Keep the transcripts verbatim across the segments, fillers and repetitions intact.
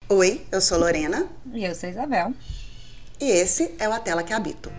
Oi, eu sou Lorena E eu sou Isabel. e esse é o A Tela que Habito.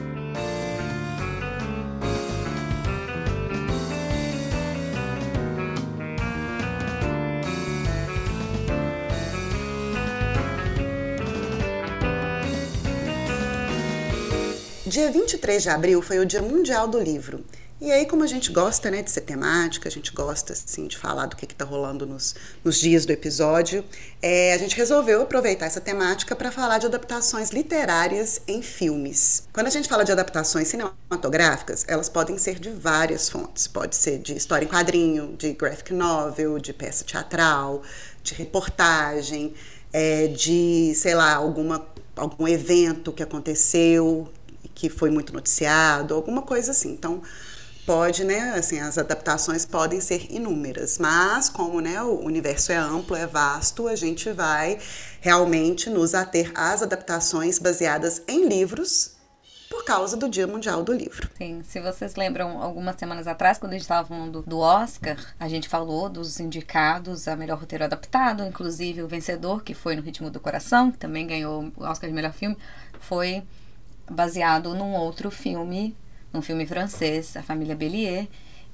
Dia vinte e três de abril foi o Dia Mundial do Livro. E aí, como a gente gosta, né, de ser temática, a gente gosta, assim, de falar do que está rolando nos, nos dias do episódio, é, a gente resolveu aproveitar essa temática para falar de adaptações literárias em filmes. Quando a gente fala de adaptações cinematográficas, elas podem ser de várias fontes. Pode ser de história em quadrinho, de graphic novel, de peça teatral, de reportagem, é, de, sei lá, alguma, algum evento que aconteceu, que foi muito noticiado, alguma coisa assim. Então, pode, né, assim, as adaptações podem ser inúmeras, mas como, né, o universo é amplo, é vasto, a gente vai realmente nos ater às adaptações baseadas em livros por causa do Dia Mundial do Livro. Sim, se vocês lembram, algumas semanas atrás, quando a gente estava falando do Oscar, a gente falou dos indicados a melhor roteiro adaptado, inclusive o vencedor, que foi No Ritmo do Coração, que também ganhou o Oscar de melhor filme, foi baseado num outro filme, num filme francês, A Família Bélier.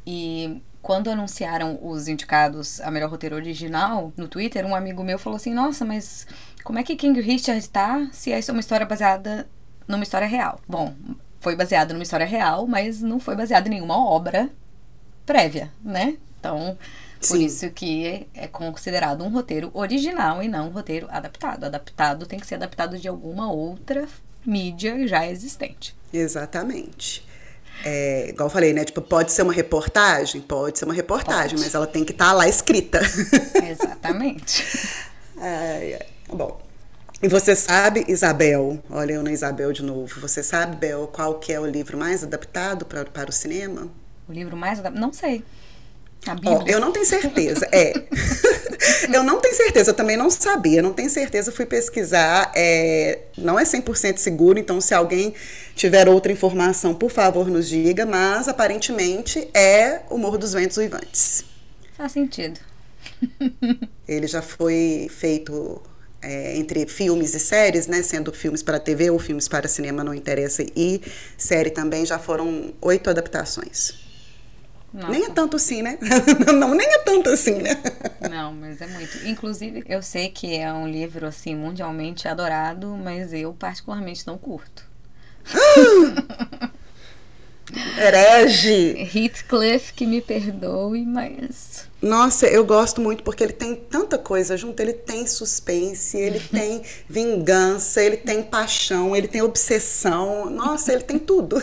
E quando anunciaram os indicados a melhor roteiro original no Twitter, um amigo meu falou assim: nossa, mas como é que King Richard tá se essa é uma história baseada numa história real? Bom, foi baseado numa história real, mas não foi baseado em nenhuma obra prévia, né? Então, por Sim. isso que é considerado um roteiro original e não um roteiro adaptado. Adaptado tem que ser adaptado de alguma outra mídia já existente. Exatamente. É, igual eu falei, né? Tipo, pode ser uma reportagem? Pode ser uma reportagem, Pode. mas ela tem que estar lá escrita. Exatamente. Ai, ai. Bom, e você sabe, Isabel, olha eu na Isabel de novo, você sabe, Bel, qual que é o livro mais adaptado pra, para o cinema? O livro mais adaptado, não sei. A Ó, Bíblia. eu não tenho certeza, é. Eu não tenho certeza, eu também não sabia, não tenho certeza, fui pesquisar, é, não é cem por cento seguro, então se alguém tiver outra informação, por favor, nos diga, mas aparentemente é O Morro dos Ventos Uivantes. Faz sentido. Ele já foi feito é, entre filmes e séries, né? Sendo filmes para T V ou filmes para cinema, não interessa. E série também já foram oito adaptações. Nem é Nossa. tanto assim, né? Não, nem é tanto assim, né? Não, mas é muito. Inclusive, eu sei que é um livro, assim, mundialmente adorado, mas eu particularmente não curto. Herege! Heathcliff, que me perdoe, mas... Nossa, eu gosto muito porque ele tem tanta coisa junto. Ele tem suspense, ele tem vingança, ele tem paixão, ele tem obsessão. Nossa, ele tem tudo.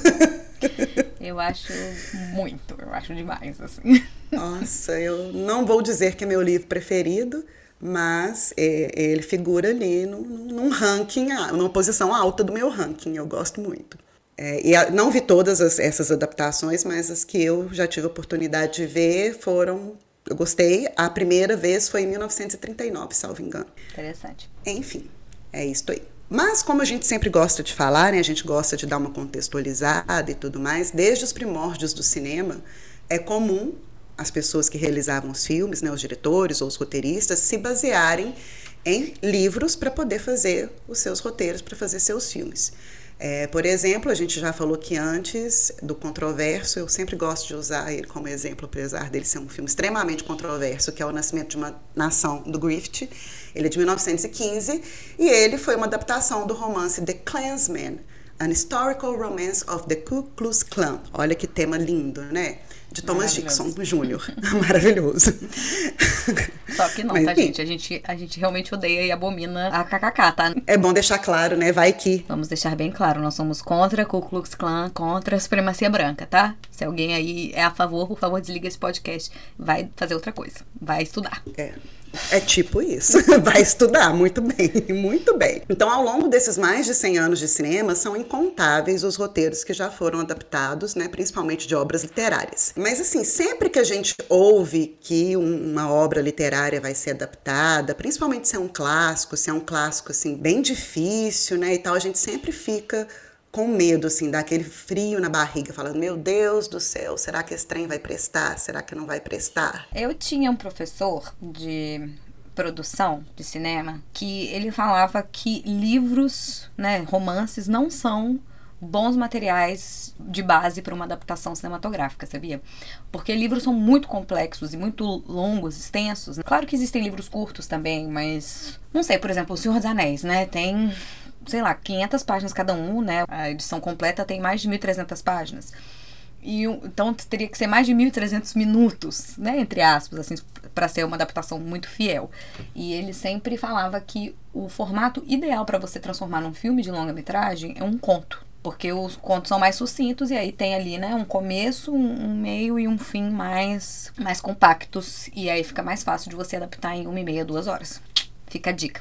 Eu acho muito, eu acho demais, assim. Nossa, eu não vou dizer que é meu livro preferido, mas é, ele figura ali num, num ranking, numa posição alta do meu ranking. Eu gosto muito. É, e a, não vi todas as, essas adaptações, mas as que eu já tive a oportunidade de ver foram. Eu gostei. A primeira vez foi em mil novecentos e trinta e nove, salvo engano. Interessante. Enfim, é isso aí. Mas como a gente sempre gosta de falar, né, a gente gosta de dar uma contextualizada e tudo mais, desde os primórdios do cinema, é comum as pessoas que realizavam os filmes, né, os diretores ou os roteiristas, se basearem em livros para poder fazer os seus roteiros, para fazer seus filmes. É, por exemplo, a gente já falou que antes do Controverso, eu sempre gosto de usar ele como exemplo, apesar dele ser um filme extremamente controverso, que é O Nascimento de uma Nação, do Griffith. Ele é de mil novecentos e quinze e ele foi uma adaptação do romance The Klansman, An Historical Romance of the Ku Klux Klan. Olha que tema lindo, né? De Thomas Dixon Júnior Maravilhoso. Só que não, Mas, tá, enfim, gente? A gente, a gente realmente odeia e abomina a K K K, tá? é bom deixar claro, né? Vai que... Vamos deixar bem claro, nós somos contra a Ku Klux Klan, contra a supremacia branca, tá? Se alguém aí é a favor, por favor, desliga esse podcast. Vai fazer outra coisa. Vai estudar. É. É tipo isso, vai estudar, muito bem, muito bem. Então, ao longo desses mais de cem anos de cinema, são incontáveis os roteiros que já foram adaptados, né, principalmente de obras literárias. Mas, assim, sempre que a gente ouve que uma obra literária vai ser adaptada, principalmente se é um clássico, se é um clássico, assim, bem difícil, né, e tal, a gente sempre fica com medo, assim, daquele frio na barriga, falando, meu Deus do céu, será que esse trem vai prestar? Será que não vai prestar? Eu tinha um professor de produção de cinema que ele falava que livros, né, romances, não são bons materiais de base para uma adaptação cinematográfica, sabia? Porque livros são muito complexos e muito longos, extensos. Claro que existem livros curtos também, mas... Não sei, por exemplo, O Senhor dos Anéis, né? Tem, sei lá, quinhentas páginas cada um, né? A edição completa tem mais de mil e trezentas páginas. E, então teria que ser mais de mil e trezentos minutos, né? Entre aspas, assim, para ser uma adaptação muito fiel. E ele sempre falava que o formato ideal para você transformar num filme de longa-metragem é um conto. Porque os contos são mais sucintos e aí tem ali, né, um começo, um, um meio e um fim mais, mais compactos. E aí fica mais fácil de você adaptar em uma e meia, duas horas. Fica a dica.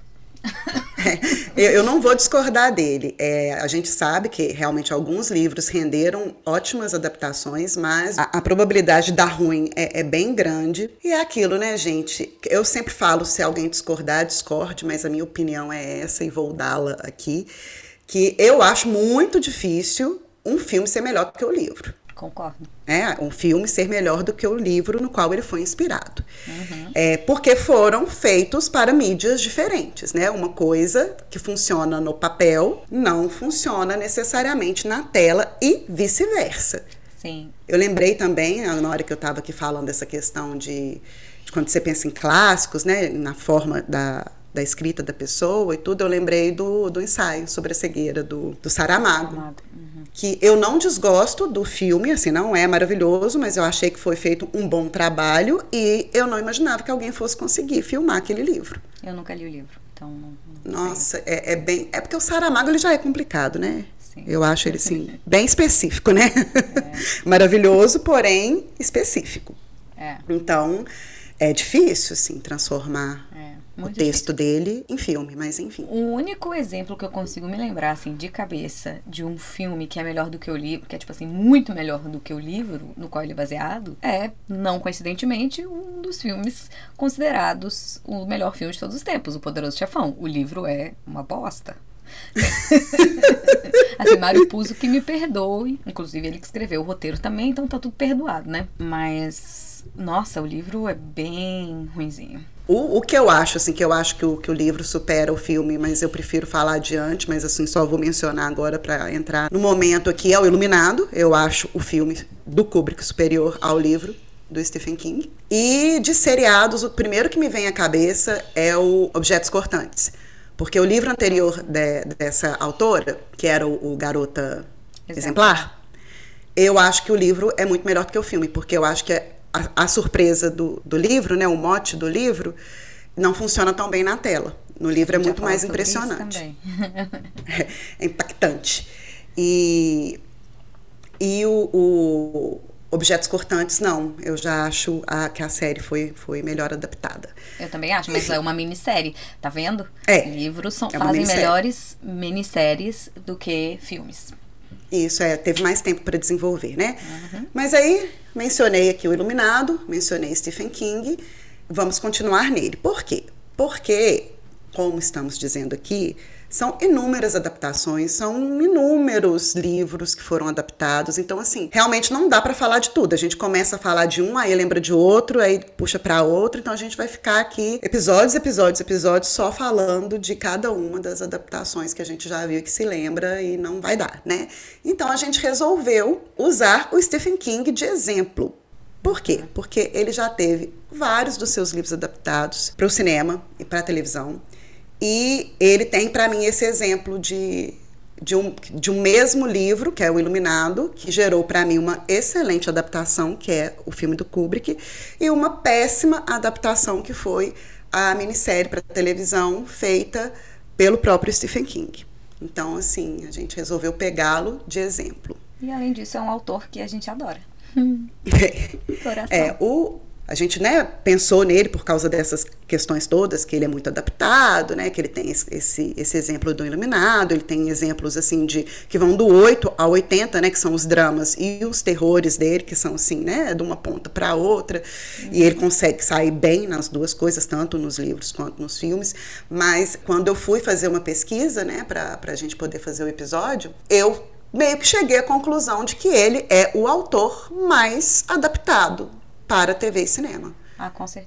É, eu não vou discordar dele. É, a gente sabe que realmente alguns livros renderam ótimas adaptações, mas a, a probabilidade de dar ruim é, é bem grande. E é aquilo, né, gente? Eu sempre falo, se alguém discordar, discorde, mas a minha opinião é essa e vou dá-la aqui. Que eu acho muito difícil um filme ser melhor do que o livro. Concordo. É, um filme ser melhor do que o livro no qual ele foi inspirado. Uhum. É, porque foram feitos para mídias diferentes, né? Uma coisa que funciona no papel não funciona necessariamente na tela e vice-versa. Sim. Eu lembrei também, na hora que eu estava aqui falando dessa questão de, de quando você pensa em clássicos, né? Na forma da... da escrita da pessoa e tudo, eu lembrei do, do ensaio sobre a cegueira do, do Saramago, Uhum. que eu não desgosto do filme, assim, não é maravilhoso, mas eu achei que foi feito um bom trabalho e eu não imaginava que alguém fosse conseguir filmar aquele livro. Eu nunca li o livro, então não, não Nossa, é, é bem... É porque o Saramago, ele já é complicado, né? Sim. Eu acho ele, assim, bem específico, né? É. Maravilhoso, porém específico. É. Então, é difícil, assim, transformar... É. o Muito texto difícil. dele em filme, mas enfim. O único exemplo que eu consigo me lembrar, assim, de cabeça, de um filme que é melhor do que o livro, que é, tipo assim, muito melhor do que o livro no qual ele é baseado, é, não coincidentemente, um dos filmes considerados o melhor filme de todos os tempos, O Poderoso Chefão. O livro é uma bosta. Assim, Mário Puzo que me perdoe, inclusive ele que escreveu o roteiro também, então tá tudo perdoado, né? Mas, nossa, o livro é bem ruinzinho. O, o que eu acho, assim, que eu acho que o, que o livro supera o filme, mas eu prefiro falar adiante, mas assim, só vou mencionar agora para entrar no momento aqui, é o Iluminado. Eu acho o filme do Kubrick superior ao livro do Stephen King. E de seriados, o primeiro que me vem à cabeça é o Objetos Cortantes. Porque o livro anterior de, dessa autora, que era o, o Garota Exemplar. Exemplar, eu acho que o livro é muito melhor do que o filme, porque eu acho que a, a surpresa do, do livro, né, o mote do livro, não funciona tão bem na tela. No livro é muito mais impressionante. É, é impactante. E, e o, o Objetos Cortantes, não. Eu já acho a, que a série foi, foi melhor adaptada. Eu também acho, mas é uma minissérie, tá vendo? É. Livros são, é fazem minissérie. melhores minisséries do que filmes. Isso, é, teve mais tempo para desenvolver, né? Uhum. Mas aí, mencionei aqui o Iluminado, mencionei Stephen King, vamos continuar nele. Por quê? Porque, como estamos dizendo aqui, são inúmeras adaptações, são inúmeros livros que foram adaptados. Então, assim, realmente não dá para falar de tudo. A gente começa a falar de um, aí lembra de outro, aí puxa para outro. Então, a gente vai ficar aqui episódios, episódios, episódios só falando de cada uma das adaptações que a gente já viu e que se lembra e não vai dar, né? Então, a gente resolveu usar o Stephen King de exemplo. Por quê? Porque ele já teve vários dos seus livros adaptados para o cinema e para a televisão. E ele tem para mim esse exemplo de, de, um, de um mesmo livro, que é o Iluminado, que gerou para mim uma excelente adaptação, que é o filme do Kubrick, e uma péssima adaptação, que foi a minissérie para televisão feita pelo próprio Stephen King. Então, assim, a gente resolveu pegá-lo de exemplo. E além disso, é um autor que a gente adora. Coração. É, o... A gente, né, pensou nele por causa dessas questões todas, que ele é muito adaptado, né, que ele tem esse, esse exemplo do Iluminado, ele tem exemplos, assim, de, que vão do oito ao oitenta, né, que são os dramas e os terrores dele, que são, assim, né, de uma ponta para outra, uhum. E ele consegue sair bem nas duas coisas, tanto nos livros quanto nos filmes, mas quando eu fui fazer uma pesquisa, né, para a gente poder fazer o episódio, eu meio que cheguei à conclusão de que ele é o autor mais adaptado para T V e cinema. Ah, com certeza.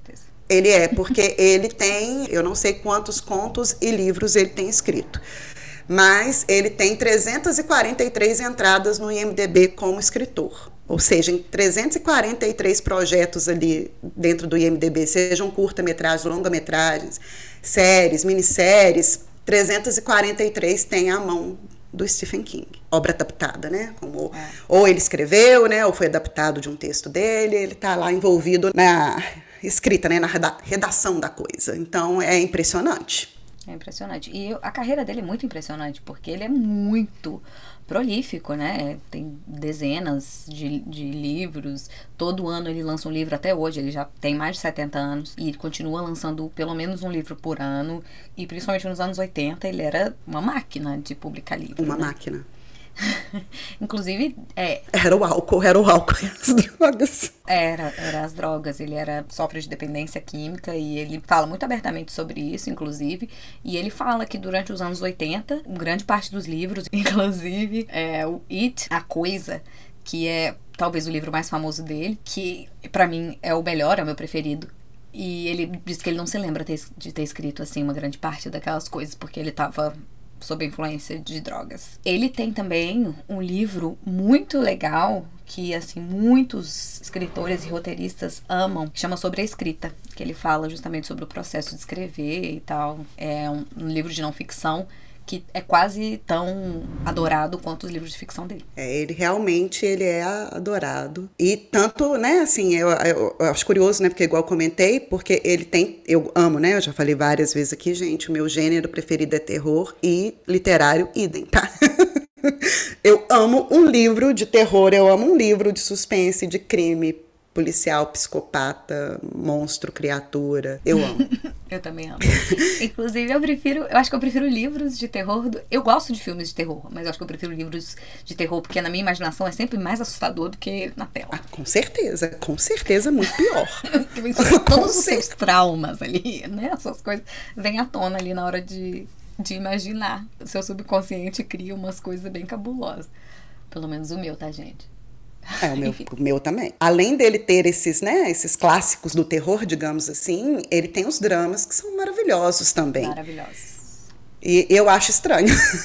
Ele é, porque ele tem, eu não sei quantos contos e livros ele tem escrito, mas ele tem trezentas e quarenta e três entradas no I M D B como escritor. Ou seja, em trezentos e quarenta e três projetos ali dentro do I M D B, sejam curta-metragens, longa-metragens, séries, minisséries, trezentos e quarenta e três tem a mão do Stephen King. Obra adaptada, né? Como, é. Ou ele escreveu, né? Ou foi adaptado de um texto dele, ele está lá envolvido na escrita, né? Na redação da coisa. Então, é impressionante. É impressionante. E a carreira dele é muito impressionante, porque ele é muito prolífico, né? Tem dezenas de, de livros. Todo ano ele lança um livro até hoje. Ele já tem mais de setenta anos e ele continua lançando pelo menos um livro por ano. E principalmente nos anos oitenta ele era uma máquina de publicar livros. Uma né? máquina. Inclusive, é... Era o álcool, era o álcool e as drogas. Era, era as drogas. Ele era, sofre de dependência química e ele fala muito abertamente sobre isso, inclusive. E ele fala que durante os anos oitenta, grande parte dos livros, inclusive, é, o It, A Coisa, que é talvez o livro mais famoso dele, que pra mim é o melhor, é o meu preferido. E ele diz que ele não se lembra ter, de ter escrito, assim, uma grande parte daquelas coisas, porque ele tava sob a influência de drogas. Ele tem também um livro muito legal que, assim, muitos escritores e roteiristas amam, que chama Sobre a Escrita, que ele fala justamente sobre o processo de escrever e tal. É um, um livro de não ficção que é quase tão adorado quanto os livros de ficção dele. É, ele realmente ele é adorado. E tanto, né, assim, eu, eu, eu acho curioso, né, porque igual eu comentei, porque ele tem, eu amo, né, eu já falei várias vezes aqui, gente, o meu gênero preferido é terror e literário, idem, tá? Eu amo um livro de terror, eu amo um livro de suspense, de crime, policial, psicopata, monstro, criatura. Eu amo. Eu também amo. Inclusive, eu prefiro... Eu acho que eu prefiro livros de terror... Do, eu gosto de filmes de terror, mas eu acho que eu prefiro livros de terror, porque na minha imaginação é sempre mais assustador do que na tela. Ah, com certeza. Com certeza, muito pior. Todos os seus traumas ali, né? Essas coisas vêm à tona ali na hora de, de imaginar. O seu subconsciente cria umas coisas bem cabulosas. Pelo menos o meu, tá, gente? É, o meu, o meu também. Além dele ter esses, né, esses clássicos do terror, digamos assim, ele tem os dramas que são maravilhosos também. Maravilhosos. E eu acho estranho.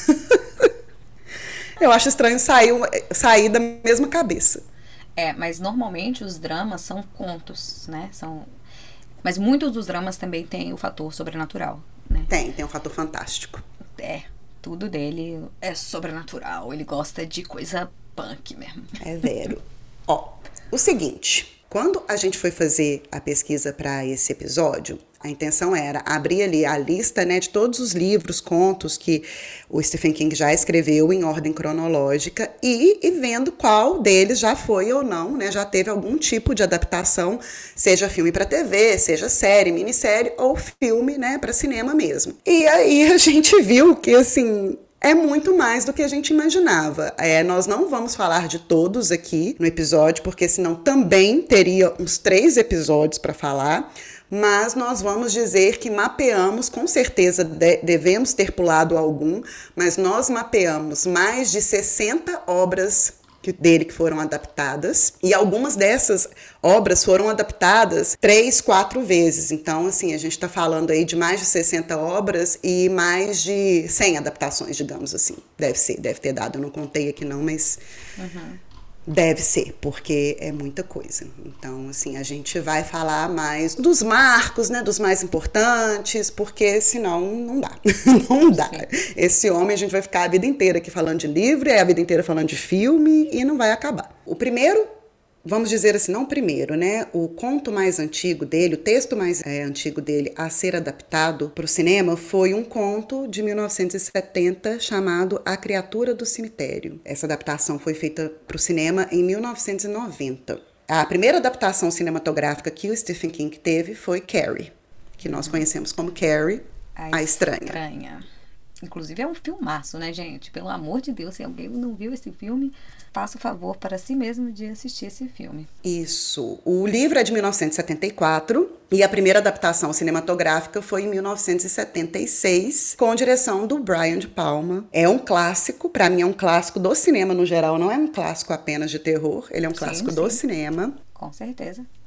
Eu acho estranho sair, sair da mesma cabeça. É, mas normalmente os dramas são contos, né? São... Mas muitos dos dramas também têm o fator sobrenatural, né? Tem, tem um fator fantástico. É, tudo dele é sobrenatural. Ele gosta de coisa punk mesmo. É vero. Ó, o seguinte, quando a gente foi fazer a pesquisa para esse episódio, a intenção era abrir ali a lista, né, de todos os livros, contos que o Stephen King já escreveu em ordem cronológica e, e vendo qual deles já foi ou não, né, já teve algum tipo de adaptação, seja filme para T V, seja série, minissérie ou filme, né, para cinema mesmo. E aí a gente viu que, assim, é muito mais do que a gente imaginava. É, nós não vamos falar de todos aqui no episódio, porque senão também teria uns três episódios para falar, mas nós vamos dizer que mapeamos, com certeza de, devemos ter pulado algum, mas nós mapeamos mais de sessenta obras dele que foram adaptadas, e algumas dessas obras foram adaptadas três, quatro vezes. Então, assim, a gente está falando aí de mais de sessenta obras e mais de cem adaptações, digamos assim. Deve ser, deve ter dado, eu não contei aqui não, mas uhum. Deve ser, porque é muita coisa. Então, assim, a gente vai falar mais dos marcos, né, dos mais importantes, porque senão não dá. Não dá. Sim. Esse homem, a gente vai ficar a vida inteira aqui falando de livro, é a vida inteira falando de filme e não vai acabar. O primeiro, vamos dizer assim, não o primeiro, né, o conto mais antigo dele, o texto mais é, antigo dele a ser adaptado para o cinema foi um conto de mil novecentos e setenta chamado A Criatura do Cemitério. Essa adaptação foi feita para o cinema em mil novecentos e noventa. A primeira adaptação cinematográfica que o Stephen King teve foi Carrie, que nós conhecemos como Carrie, a, a Estranha. Estranha. Inclusive é um filmaço, né, gente? Pelo amor de Deus, se alguém não viu esse filme, faça o favor para si mesmo de assistir esse filme. Isso. O livro é de mil novecentos e setenta e quatro e a primeira adaptação cinematográfica foi em mil novecentos e setenta e seis, com direção do Brian De Palma. É um clássico, para mim é um clássico do cinema no geral, não é um clássico apenas de terror, ele é um clássico sim, sim. do cinema. Com certeza.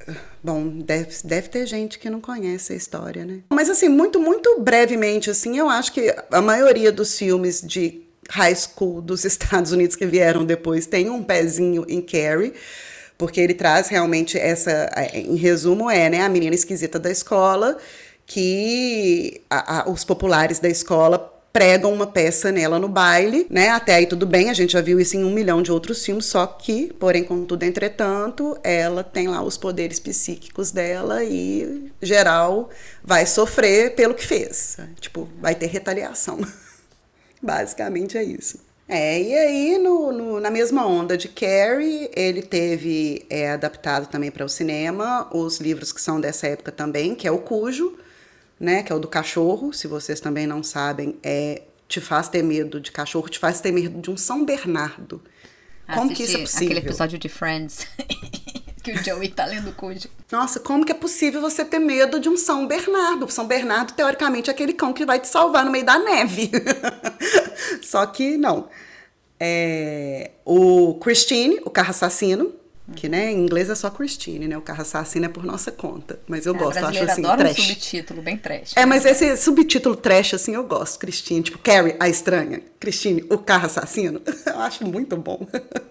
Bom, deve, deve ter gente que não conhece a história, né? Mas assim, muito, muito brevemente, assim, eu acho que a maioria dos filmes de high school dos Estados Unidos que vieram depois tem um pezinho em Carrie, porque ele traz realmente essa, em resumo, é, né, a menina esquisita da escola, que a, a, os populares da escola pregam uma peça nela no baile, né? Até aí tudo bem, a gente já viu isso em um milhão de outros filmes, só que, porém, contudo, entretanto, ela tem lá os poderes psíquicos dela e, geral, vai sofrer pelo que fez. Tipo, vai ter retaliação. Basicamente é isso. É, e aí, no, no, na mesma onda de Carrie, ele teve é, adaptado também para o cinema os livros que são dessa época também, que é o Cujo, né, que é o do cachorro, se vocês também não sabem, é Te Faz Ter Medo de Cachorro, Te Faz Ter Medo de um São Bernardo. Como que isso é possível? Aquele episódio de Friends, que o Joey tá lendo o Cujo. Nossa, como que é possível você ter medo de um São Bernardo? O São Bernardo, teoricamente, é aquele cão que vai te salvar no meio da neve. Só que não. É, o Christine, o carro assassino, que, né, em inglês é só Christine, né? O carro assassino é por nossa conta. Mas eu é, gosto, eu acho assim, adora trash. Um subtítulo bem trash. É, mas esse subtítulo trash, assim, eu gosto. Christine, tipo, Carrie, a estranha. Christine, o carro assassino. Eu acho muito bom.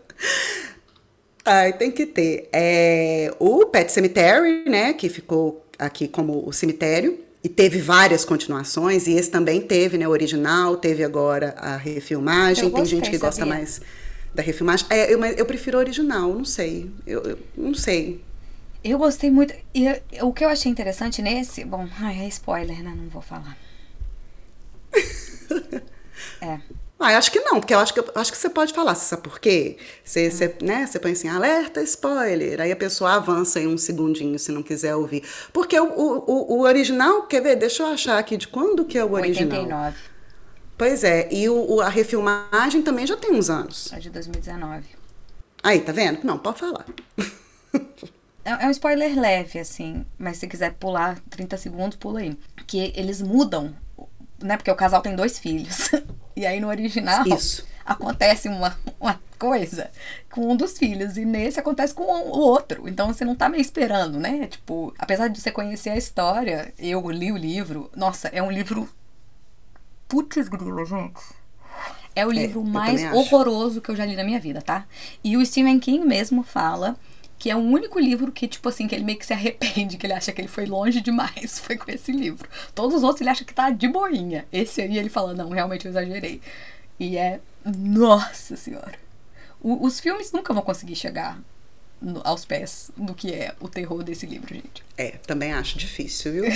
Ai, tem que ter. É, o Pet Sematary, né? Que ficou aqui como o cemitério. E teve várias continuações. E esse também teve, né? O original, teve agora a refilmagem. Eu tem gostei, gente que gosta sabia? mais da refilmagem. É, eu, eu prefiro o original, não sei. Eu, eu não sei. Eu gostei muito. E eu, o que eu achei interessante nesse... Bom, ai, é spoiler, né? Não vou falar. É. Ah, eu acho que não, porque eu acho que, eu acho que você pode falar, você sabe por quê? Você, hum. você, né, você põe assim, alerta, spoiler, aí a pessoa avança em um segundinho se não quiser ouvir. Porque o, o, o original, quer ver, deixa eu achar aqui de quando que é o original. oitenta e nove. Pois é, e o, a refilmagem também já tem uns anos. É de dois mil e dezenove. Aí, tá vendo? Não, pode falar. É, é um spoiler leve, assim, mas se quiser pular trinta segundos, pula aí. Que eles mudam, né, porque o casal tem dois filhos. E aí no original Isso. acontece uma, uma coisa com um dos filhos e nesse acontece com o outro. Então você não tá meio esperando, né? Tipo, apesar de você conhecer a história, eu li o livro. Nossa, é um livro... Putz grila, gente. É o livro é, mais horroroso que eu já li na minha vida, tá? E o Stephen King mesmo fala que é o único livro que, tipo assim, que ele meio que se arrepende, que ele acha que ele foi longe demais, foi com esse livro. Todos os outros ele acha que tá de boinha. Esse aí ele fala, não, realmente eu exagerei. E é, nossa senhora. O, os filmes nunca vão conseguir chegar no, aos pés do que é o terror desse livro, gente. É, também acho difícil, viu?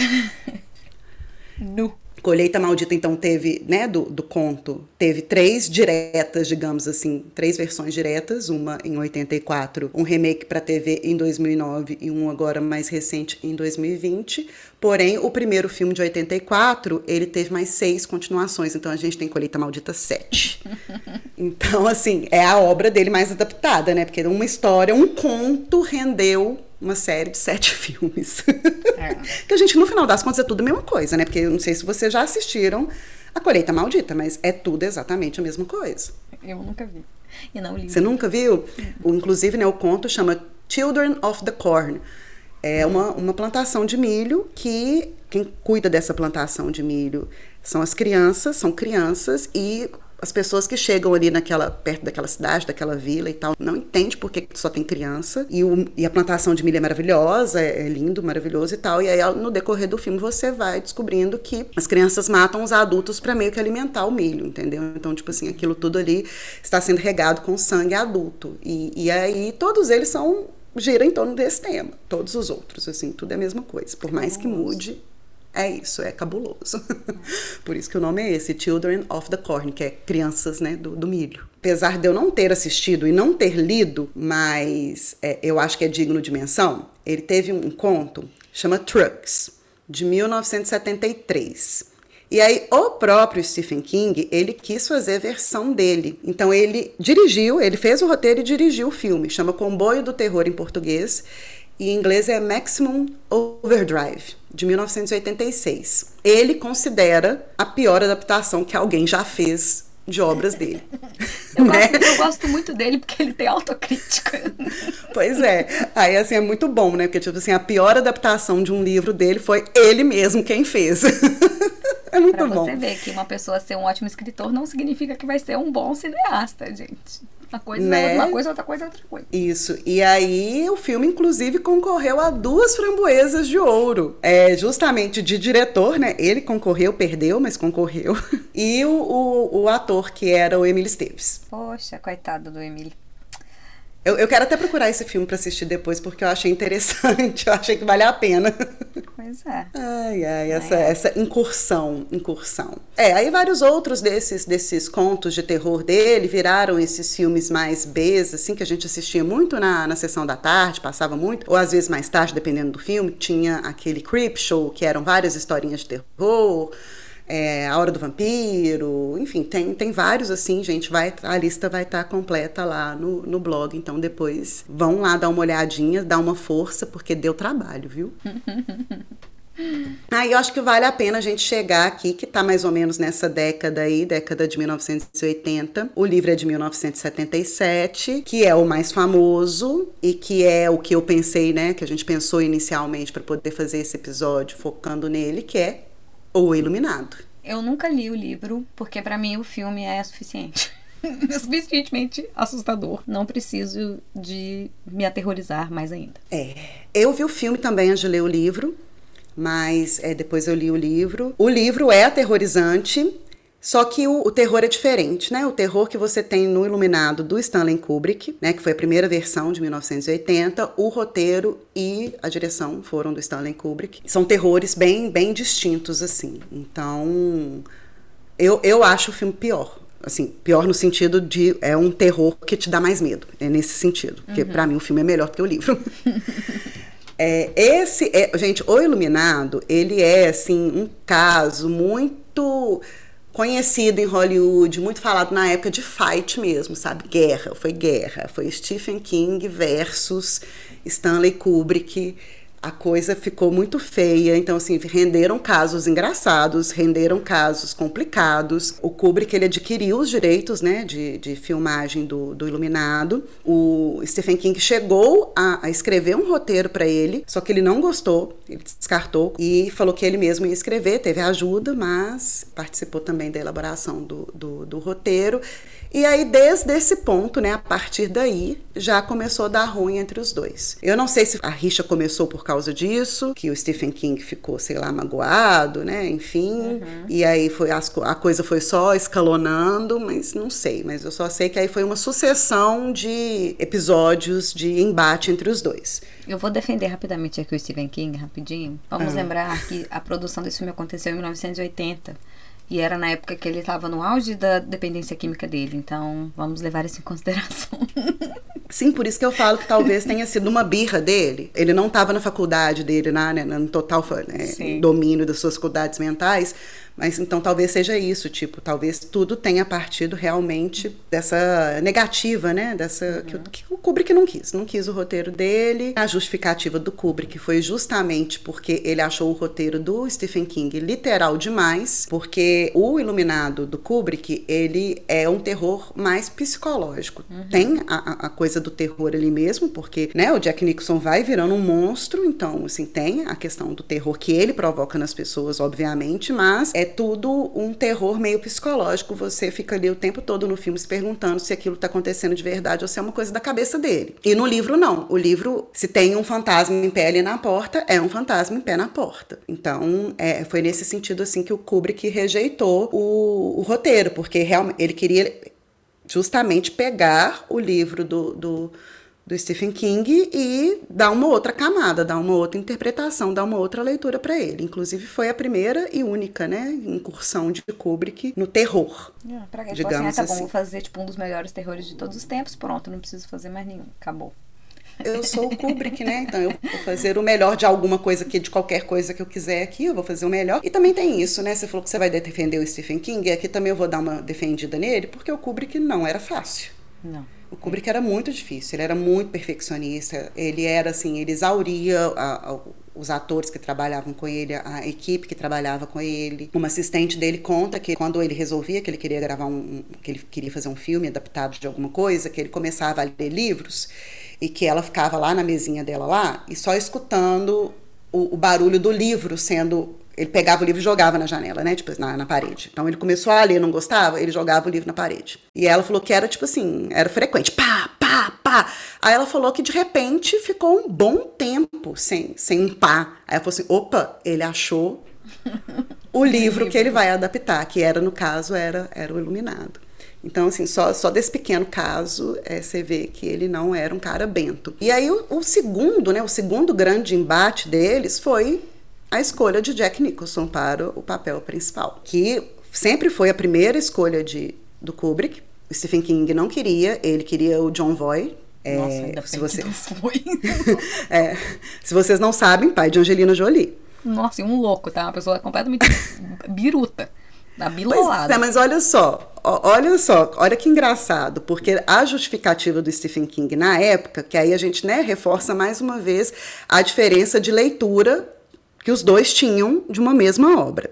Nu. Colheita Maldita, então, teve, né, do, do conto, teve três diretas, digamos assim, três versões diretas, uma em oitenta e quatro, um remake para T V em dois mil e nove e um agora mais recente em dois mil e vinte. Porém, o primeiro filme de oitenta e quatro, ele teve mais seis continuações, então a gente tem Colheita Maldita sete. Então, assim, é a obra dele mais adaptada, né, porque uma história, um conto rendeu uma série de sete filmes. É. Que a gente, no final das contas, é tudo a mesma coisa, né? Porque eu não sei se vocês já assistiram A Colheita Maldita, mas é tudo exatamente a mesma coisa. Eu nunca vi. E não li. Você nunca viu? O, inclusive, né, o conto chama Children of the Corn. É uma, uma plantação de milho que quem cuida dessa plantação de milho são as crianças, são crianças e as pessoas que chegam ali naquela, perto daquela cidade, daquela vila e tal, não entendem por que só tem criança. E, o, e a plantação de milho é maravilhosa, é, é lindo, maravilhoso e tal. E aí, no decorrer do filme, você vai descobrindo que as crianças matam os adultos para meio que alimentar o milho, entendeu? Então, tipo assim, aquilo tudo ali está sendo regado com sangue adulto. E, e aí, todos eles são... gira em torno desse tema. Todos os outros, assim, tudo é a mesma coisa. Por mais que mude... É isso, é cabuloso. Por isso que o nome é esse, Children of the Corn, que é crianças, né, do, do milho. Apesar de eu não ter assistido e não ter lido, mas é, eu acho que é digno de menção, ele teve um conto, chama Trucks, de mil novecentos e setenta e três. E aí o próprio Stephen King, ele quis fazer a versão dele. Então ele dirigiu, ele fez o roteiro e dirigiu o filme, chama Comboio do Terror em português, e em inglês é Maximum Overdrive, de mil novecentos e oitenta e seis. Ele considera a pior adaptação que alguém já fez de obras dele. Eu, né? gosto, eu gosto muito dele porque ele tem autocrítica. Pois é. Aí, assim, é muito bom, né? Porque, tipo assim, a pior adaptação de um livro dele foi ele mesmo quem fez. É muito pra bom. Pra você ver que uma pessoa ser um ótimo escritor não significa que vai ser um bom cineasta, gente. Uma coisa né? é uma coisa, outra coisa é outra coisa. Isso. E aí o filme, inclusive, concorreu a duas framboesas de ouro. É, justamente de diretor, né? Ele concorreu, perdeu, mas concorreu. E o, o, o ator, que era o Emílio Esteves. Poxa, coitado do Emílio. Eu, eu quero até procurar esse filme para assistir depois, porque eu achei interessante, eu achei que vale a pena. Pois é. Ai, ai, essa, é. essa incursão, incursão. É, aí vários outros desses, desses contos de terror dele viraram esses filmes mais Bs, assim, que a gente assistia muito na, na sessão da tarde, passava muito, ou às vezes mais tarde, dependendo do filme, tinha aquele Creepshow, que eram várias historinhas de terror, É, A Hora do Vampiro, enfim, tem, tem vários assim, gente, vai, a lista vai estar tá completa lá no, no blog, então depois vão lá dar uma olhadinha, dar uma força, porque deu trabalho, viu? Aí ah, eu acho que vale a pena a gente chegar aqui, que tá mais ou menos nessa década aí, década de mil novecentos e oitenta. O livro é de mil novecentos e setenta e sete, que é o mais famoso e que é o que eu pensei, né, que a gente pensou inicialmente para poder fazer esse episódio focando nele, que é O Iluminado. Eu nunca li o livro, porque pra mim o filme é suficiente. É suficientemente assustador. Não preciso de me aterrorizar mais ainda. É, eu vi o filme também antes de ler o livro, mas é, depois eu li o livro. O livro é aterrorizante, só que o, o terror é diferente, né? O terror que você tem no Iluminado do Stanley Kubrick, né? Que foi a primeira versão de mil novecentos e oitenta, o roteiro e a direção foram do Stanley Kubrick. São terrores bem, bem distintos, assim. Então, eu, eu acho o filme pior. Assim, pior no sentido de é um terror que te dá mais medo. É nesse sentido. Porque, uhum. pra mim, o filme é melhor do que o livro. é, esse, é, gente, O Iluminado, ele é, assim, um caso muito conhecido em Hollywood, muito falado na época de fight mesmo, sabe? Guerra, foi guerra. Foi Stephen King versus Stanley Kubrick. A coisa ficou muito feia, então assim, renderam casos engraçados, renderam casos complicados. O Kubrick, ele adquiriu os direitos, né, de, de filmagem do, do Iluminado. O Stephen King chegou a, a escrever um roteiro para ele, só que ele não gostou, ele descartou e falou que ele mesmo ia escrever, teve ajuda, mas participou também da elaboração do, do, do roteiro. E aí, desde esse ponto, né, a partir daí, já começou a dar ruim entre os dois. Eu não sei se a rixa começou por causa disso, que o Stephen King ficou, sei lá, magoado, né, enfim. Uhum. E aí foi, as, a coisa foi só escalonando, mas não sei. Mas eu só sei que aí foi uma sucessão de episódios de embate entre os dois. Eu vou defender rapidamente aqui o Stephen King, rapidinho. Vamos ah. lembrar que a produção desse filme aconteceu em mil novecentos e oitenta. E era na época que ele estava no auge da dependência química dele. Então, vamos levar isso em consideração. Sim, por isso que eu falo que talvez tenha sido uma birra dele. Ele não estava na faculdade dele, né, no total né, domínio das suas faculdades mentais. Mas então talvez seja isso, tipo, talvez tudo tenha partido realmente dessa negativa, né, dessa, uhum. que, que o Kubrick não quis, não quis o roteiro dele. A justificativa do Kubrick foi justamente porque ele achou o roteiro do Stephen King literal demais, porque o Iluminado do Kubrick, ele é um terror mais psicológico. Uhum. Tem a, a coisa do terror ali mesmo, porque, né, o Jack Nicholson vai virando um monstro, então, assim, tem a questão do terror que ele provoca nas pessoas, obviamente, mas é tudo um terror meio psicológico. Você fica ali o tempo todo no filme se perguntando se aquilo tá acontecendo de verdade ou se é uma coisa da cabeça dele. E no livro, não. O livro, se tem um fantasma em pé ali na porta, é um fantasma em pé na porta. Então, é, foi nesse sentido, assim, que o Kubrick rejeitou o, o roteiro, porque realmente ele queria justamente pegar o livro do... do do Stephen King e dar uma outra camada, dar uma outra interpretação, dar uma outra leitura para ele. Inclusive foi a primeira e única, né, incursão de Kubrick no terror. É, pra que digamos assim, ah, tá bom, assim. Vou fazer tipo um dos melhores terrores de todos os tempos, pronto, não preciso fazer mais nenhum, acabou. Eu sou o Kubrick, né? Então eu vou fazer o melhor de alguma coisa aqui, de qualquer coisa que eu quiser aqui, eu vou fazer o melhor. E também tem isso, né? Você falou que você vai defender o Stephen King, e aqui também eu vou dar uma defendida nele, porque o Kubrick não era fácil. Não. O Kubrick era muito difícil, ele era muito perfeccionista, ele era assim, ele exauria a, a, os atores que trabalhavam com ele, a equipe que trabalhava com ele. Uma assistente dele conta que quando ele resolvia que ele queria gravar um, que ele queria fazer um filme adaptado de alguma coisa, que ele começava a ler livros e que ela ficava lá na mesinha dela lá e só escutando o, o barulho do livro sendo... Ele pegava o livro e jogava na janela, né? Tipo, na, na parede. Então ele começou a ler, não gostava, ele jogava o livro na parede. E ela falou que era tipo assim, era frequente. Pá, pá, pá. Aí ela falou que de repente ficou um bom tempo sem, sem um pá. Aí ela falou assim, opa, ele achou o livro que ele vai adaptar, que era, no caso, era, era o Iluminado. Então, assim, só, só desse pequeno caso, é, você vê que ele não era um cara bento. E aí o, o segundo, né? O segundo grande embate deles foi a escolha de Jack Nicholson para o papel principal, que sempre foi a primeira escolha de, do Kubrick. O Stephen King não queria, ele queria o Jon Voight. Nossa, é, ainda se bem você... que não foi. é, se vocês não sabem, pai de Angelina Jolie. Nossa, e um louco, tá? Uma pessoa completamente biruta, da bilolada. Pois é, mas olha só, olha só, olha que engraçado, porque a justificativa do Stephen King na época, que aí a gente, né, reforça mais uma vez a diferença de leitura que os dois tinham de uma mesma obra.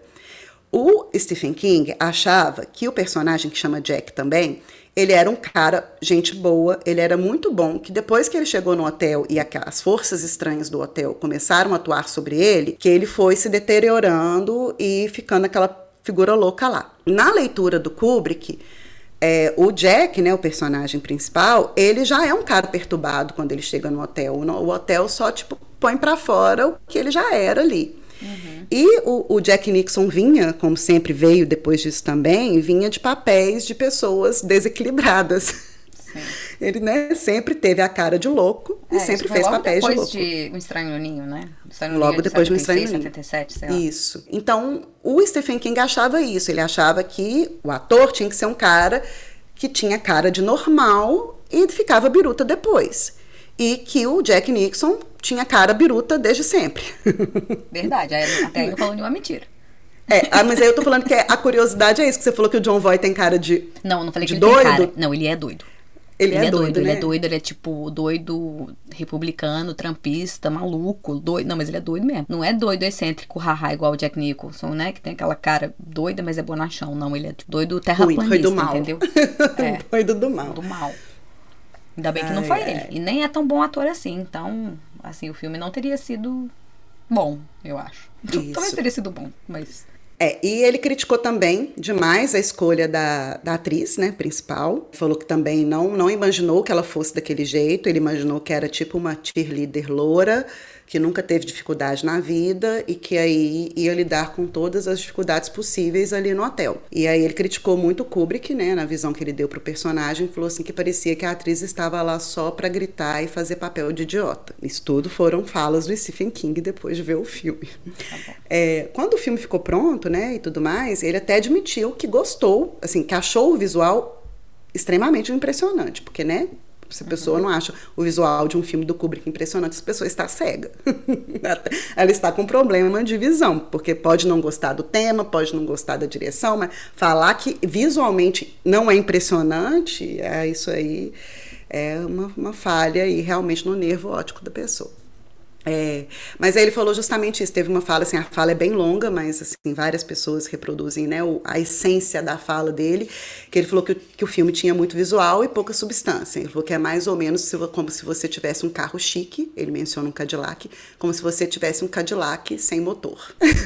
O Stephen King achava que o personagem que chama Jack também, ele era um cara, gente boa, ele era muito bom, que depois que ele chegou no hotel e as forças estranhas do hotel começaram a atuar sobre ele, que ele foi se deteriorando e ficando aquela figura louca lá. Na leitura do Kubrick, é, o Jack, né, o personagem principal, ele já é um cara perturbado quando ele chega no hotel. O hotel só, tipo, põe pra fora o que ele já era ali. Uhum. E o, o Jack Nicholson vinha, como sempre veio depois disso também, vinha de papéis de pessoas desequilibradas. Sim. Ele, né, sempre teve a cara de louco e é, sempre fez papéis de louco. Logo depois de Um Estranho no Ninho, né? Estranho no logo Ninho depois de Um Estranho no Ninho. setenta e sete, sei lá. Isso. Então, o Stephen King achava isso. Ele achava que o ator tinha que ser um cara que tinha cara de normal e ficava biruta depois. E que o Jack Nicholson tinha cara biruta desde sempre. Verdade, até aí não falou nenhuma mentira. É, ah, mas aí eu tô falando que a curiosidade é isso, que você falou que o Jon Voight tem cara de Não, não falei que ele doido. tem cara. Não, ele é doido. Ele, ele é, é doido, doido, né? Ele é doido, ele é tipo doido republicano, trampista, maluco, doido. Não, mas ele é doido mesmo. Não é doido excêntrico, haha, igual o Jack Nicholson, né? Que tem aquela cara doida, mas é bonachão. Não, ele é tipo, doido terraplanista, do mal. entendeu? É, doido do mal. Do mal. Ainda bem que ai, não foi ai. ele. E nem é tão bom ator assim. Então, assim, o filme não teria sido bom, eu acho. Isso. Talvez teria sido bom, mas... É, e ele criticou também demais a escolha da, da atriz, né, principal. Falou que também não, não imaginou que ela fosse daquele jeito. Ele imaginou que era tipo uma cheerleader loura, que nunca teve dificuldade na vida e que aí ia lidar com todas as dificuldades possíveis ali no hotel. E aí ele criticou muito o Kubrick, né, na visão que ele deu pro personagem, falou assim que parecia que a atriz estava lá só para gritar e fazer papel de idiota. Isso tudo foram falas do Stephen King depois de ver o filme. Tá é, quando o filme ficou pronto, né, e tudo mais, ele até admitiu que gostou, assim, que achou o visual extremamente impressionante, porque, né, se a pessoa não acha o visual de um filme do Kubrick impressionante, essa pessoa está cega. Ela está com problema de visão, porque pode não gostar do tema, pode não gostar da direção, mas falar que visualmente não é impressionante, é isso aí é uma, uma falha aí realmente no nervo óptico da pessoa. É, mas aí ele falou justamente isso, teve uma fala, assim, a fala é bem longa, mas assim, várias pessoas reproduzem, né, o, a essência da fala dele, que ele falou que, que o filme tinha muito visual e pouca substância. Ele falou que é mais ou menos se, como se você tivesse um carro chique, ele menciona um Cadillac, como se você tivesse um Cadillac sem motor.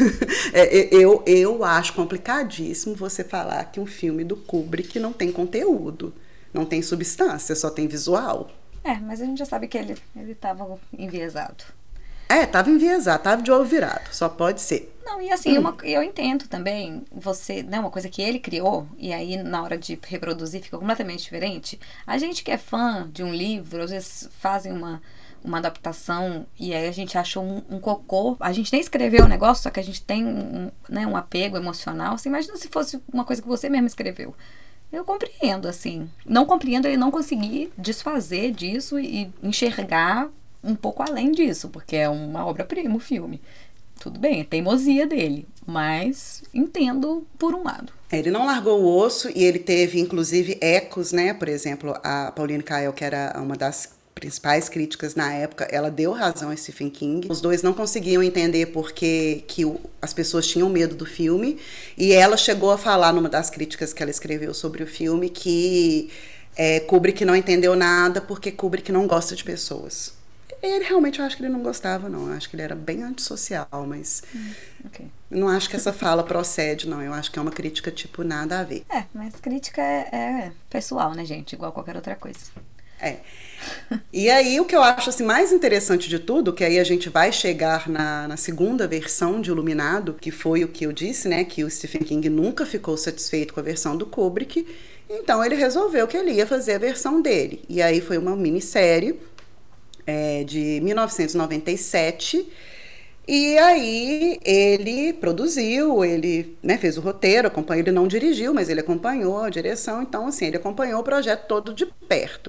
é, eu, eu acho complicadíssimo você falar que um filme do Kubrick não tem conteúdo, não tem substância, só tem visual. É, mas a gente já sabe que ele estava enviesado. É, tava enviesado, tava de olho virado, só pode ser. Não, e assim, hum. uma, eu entendo também, você, né, uma coisa que ele criou, e aí na hora de reproduzir fica completamente diferente. A gente que é fã de um livro, às vezes fazem uma, uma adaptação, e aí a gente acha um, um cocô, a gente nem escreveu o negócio, só que a gente tem um, né, um apego emocional. Você imagina se fosse uma coisa que você mesmo escreveu. Eu compreendo, assim, não compreendo ele não conseguir desfazer disso e enxergar um pouco além disso, porque é uma obra-prima o filme. Tudo bem, é teimosia dele, mas entendo por um lado. Ele não largou o osso e ele teve, inclusive, ecos, né? Por exemplo, a Pauline Kael, que era uma das principais críticas na época, ela deu razão a Stephen King. Os dois não conseguiam entender porque que o, as pessoas tinham medo do filme, e ela chegou a falar numa das críticas que ela escreveu sobre o filme que é, Kubrick não entendeu nada porque Kubrick não gosta de pessoas. Ele realmente, eu acho que ele não gostava, não. Eu acho que ele era bem antissocial, mas hum, okay. Não acho que essa fala procede, não. Eu acho que é uma crítica tipo nada a ver. É, mas crítica é, é pessoal, né, gente? Igual qualquer outra coisa. É. E aí o que eu acho assim, mais interessante de tudo, que aí a gente vai chegar na, na segunda versão de Iluminado, que foi o que eu disse, né, que o Stephen King nunca ficou satisfeito com a versão do Kubrick, então ele resolveu que ele ia fazer a versão dele. E aí foi uma minissérie é, de mil novecentos e noventa e sete, e aí ele produziu, ele, né, fez o roteiro, acompanhou, ele não dirigiu, mas ele acompanhou a direção, então assim, ele acompanhou o projeto todo de perto.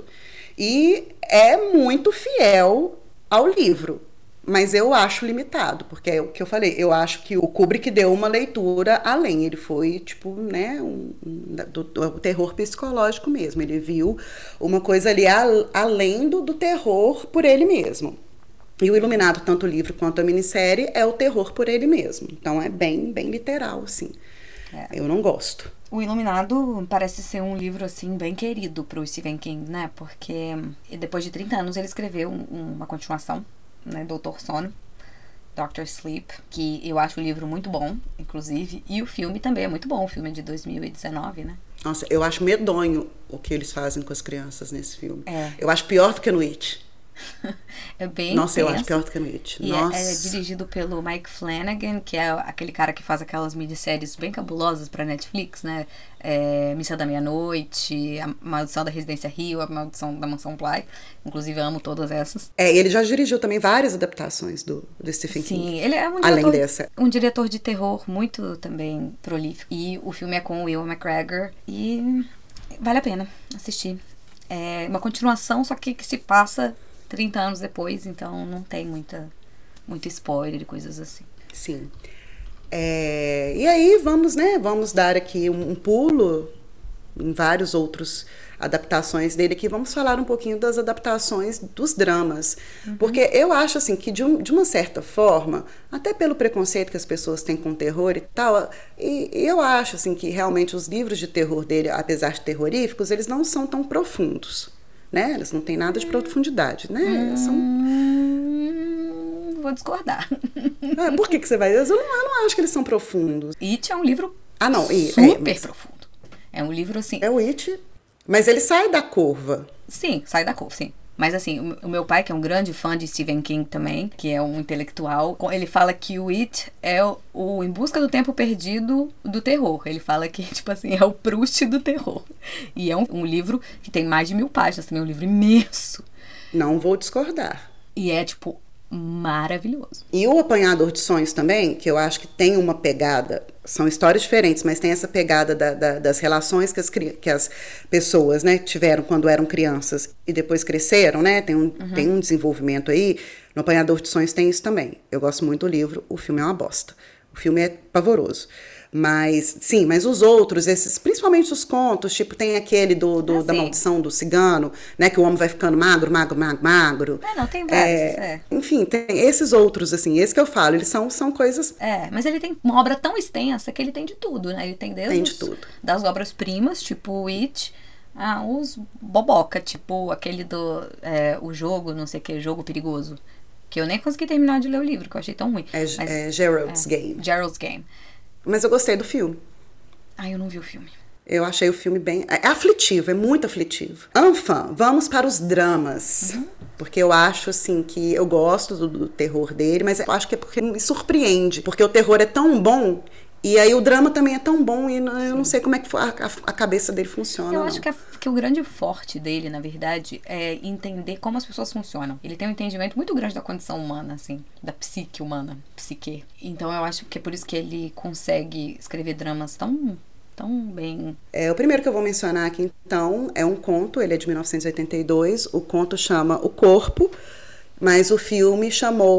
E é muito fiel ao livro, mas eu acho limitado, porque é o que eu falei, eu acho que o Kubrick deu uma leitura além, ele foi tipo, né, um, um, do, do terror psicológico mesmo, ele viu uma coisa ali a, além do, do terror por ele mesmo. E o Iluminado, tanto o livro quanto a minissérie, é o terror por ele mesmo, então é bem, bem literal, assim. É. Eu não gosto. O Iluminado parece ser um livro, assim, bem querido pro Stephen King, né? Porque depois de trinta anos ele escreveu um, uma continuação, né? doutor Sono, doutor Sleep, que eu acho o livro muito bom, inclusive. E o filme também é muito bom. O filme é de dois mil e dezenove, né? Nossa, eu acho medonho o que eles fazem com as crianças nesse filme. É. Eu acho pior do que no It. É bem Nossa, intenso. eu acho pior do que no It. E Nossa. É, é dirigido pelo Mike Flanagan, que é aquele cara que faz aquelas minisséries bem cabulosas pra Netflix, né? É, Missa da Meia-Noite, A Maldição da Residência Rio, A Maldição da Mansão Bly. Inclusive, eu amo todas essas. É, ele já dirigiu também várias adaptações do, do Stephen Sim, King. Sim, ele é um diretor, além dessa. um diretor de terror muito também prolífico. E o filme é com o Will McGregor e vale a pena assistir. É uma continuação, só que, que se passa trinta anos depois, então não tem muita, muito spoiler e coisas assim. Sim. É, e aí vamos, né, vamos dar aqui um, um pulo em vários outros adaptações dele aqui. Vamos falar um pouquinho das adaptações dos dramas. Uhum. Porque eu acho assim que de, um, de uma certa forma, até pelo preconceito que as pessoas têm com terror e tal, e, e eu acho assim que realmente os livros de terror dele, apesar de terroríficos, eles não são tão profundos. Né? Eles não têm nada de profundidade, né? Hum, São... Vou discordar. Ah, por que, que você vai? Eu não, eu não acho que eles são profundos. It é um livro ah, não, super é, mas... profundo. É um livro assim... É o It, mas ele sai da curva. Sim, sai da curva, sim. Mas assim, o meu pai, que é um grande fã de Stephen King também, que é um intelectual, ele fala que o It é o, o Em Busca do Tempo Perdido do terror. Ele fala que, tipo assim, é o Proust do terror. E é um, um livro que tem mais de mil páginas também, é um livro imenso. Não vou discordar. E é, tipo, maravilhoso. E o Apanhador de Sonhos também, que eu acho que tem uma pegada, são histórias diferentes, mas tem essa pegada da, da, das relações que as, que as pessoas, né, tiveram quando eram crianças e depois cresceram, né, tem um, uhum. tem um desenvolvimento aí. No Apanhador de Sonhos tem isso também. Eu gosto muito do livro, o filme é uma bosta. O filme é pavoroso. Mas, sim, mas os outros, esses, principalmente os contos, tipo, tem aquele do, do, ah, da maldição do cigano, né, que o homem vai ficando magro, magro, magro, magro. É, não, tem vários, é, é. Enfim, tem esses outros, assim, esse que eu falo, eles são, são coisas... É, mas ele tem uma obra tão extensa que ele tem de tudo, né, ele tem desde tem de os, tudo. das obras-primas, tipo o It, ah, os boboca, tipo aquele do, é, o jogo, não sei o que, Jogo Perigoso, que eu nem consegui terminar de ler o livro, que eu achei tão ruim. É, mas, é Gerald's é, Game. Gerald's Game. Mas eu gostei do filme. Ah, eu não vi o filme. Eu achei o filme bem... É aflitivo, é muito aflitivo. Enfim, vamos para os dramas. Uhum. Porque eu acho, assim, que eu gosto do, do terror dele, mas eu acho que é porque me surpreende. Porque o terror é tão bom, e aí o drama também é tão bom, e eu Sim. não sei como é que a, a, a cabeça dele funciona. Eu não. acho que, a, que o grande forte dele, na verdade, é entender como as pessoas funcionam. Ele tem um entendimento muito grande da condição humana, assim, da psique humana, psique. Então eu acho que é por isso que ele consegue escrever dramas tão... tão bem. É, o primeiro que eu vou mencionar aqui, então, é um conto, ele é de mil novecentos e oitenta e dois, o conto chama O Corpo, mas o filme chamou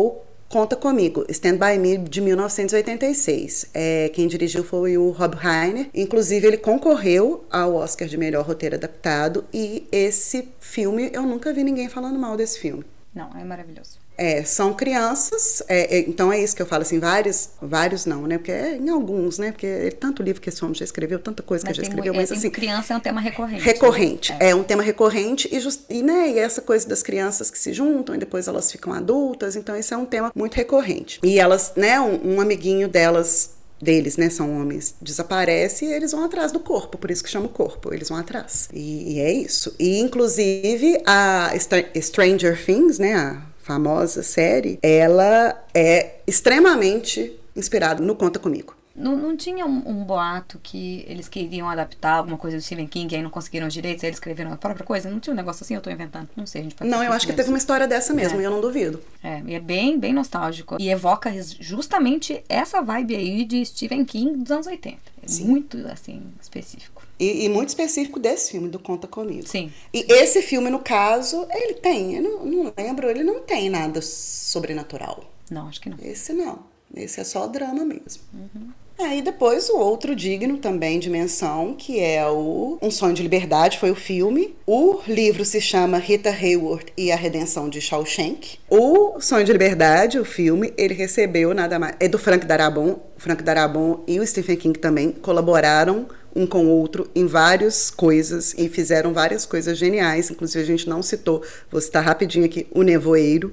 Conta Comigo, Stand By Me, de mil novecentos e oitenta e seis. É, quem dirigiu foi o Rob Reiner. Inclusive, ele concorreu ao Oscar de melhor roteiro adaptado. E esse filme, eu nunca vi ninguém falando mal desse filme. Não, é maravilhoso. É, são crianças, é, é, então é isso que eu falo, assim, vários, vários não, né, porque é em alguns, né, porque é tanto livro que esse homem já escreveu, tanta coisa mas que já escreveu, mas é, assim... criança é um tema recorrente. Recorrente, né? é. é um tema recorrente e, just, e, né, e essa coisa das crianças que se juntam e depois elas ficam adultas, então esse é um tema muito recorrente. E elas, né, um, um amiguinho delas... deles, né, são homens, desaparece e eles vão atrás do corpo, por isso que chama o corpo, eles vão atrás. E, e é isso. E, inclusive, a Stranger Things, né, a famosa série, ela é extremamente inspirada no Conta Comigo. Não, não tinha um, um boato que eles queriam adaptar alguma coisa do Stephen King e aí não conseguiram os direitos, aí eles escreveram a própria coisa? Não tinha um negócio assim? Eu tô inventando. Não sei, a gente pode Não, eu acho que teve uma história dessa mesmo, é. e eu não duvido. É, e é bem, bem nostálgico. E evoca justamente essa vibe aí de Stephen King dos anos oitenta. É Sim. muito, assim, específico. E, e muito específico desse filme, do Conta Comigo. Sim. E esse filme, no caso, ele tem, eu não, não lembro, ele não tem nada sobrenatural. Não, acho que não. Esse não. Esse é só drama mesmo. Uhum. Aí depois o outro digno também de menção, que é o Um Sonho de Liberdade, foi o filme. O livro se chama Rita Hayworth e a Redenção de Shawshank. O Sonho de Liberdade, o filme, ele recebeu nada mais... É do Frank Darabont. O Frank Darabont e o Stephen King também colaboraram um com o outro em várias coisas e fizeram várias coisas geniais. Inclusive a gente não citou, vou citar rapidinho aqui, O Nevoeiro.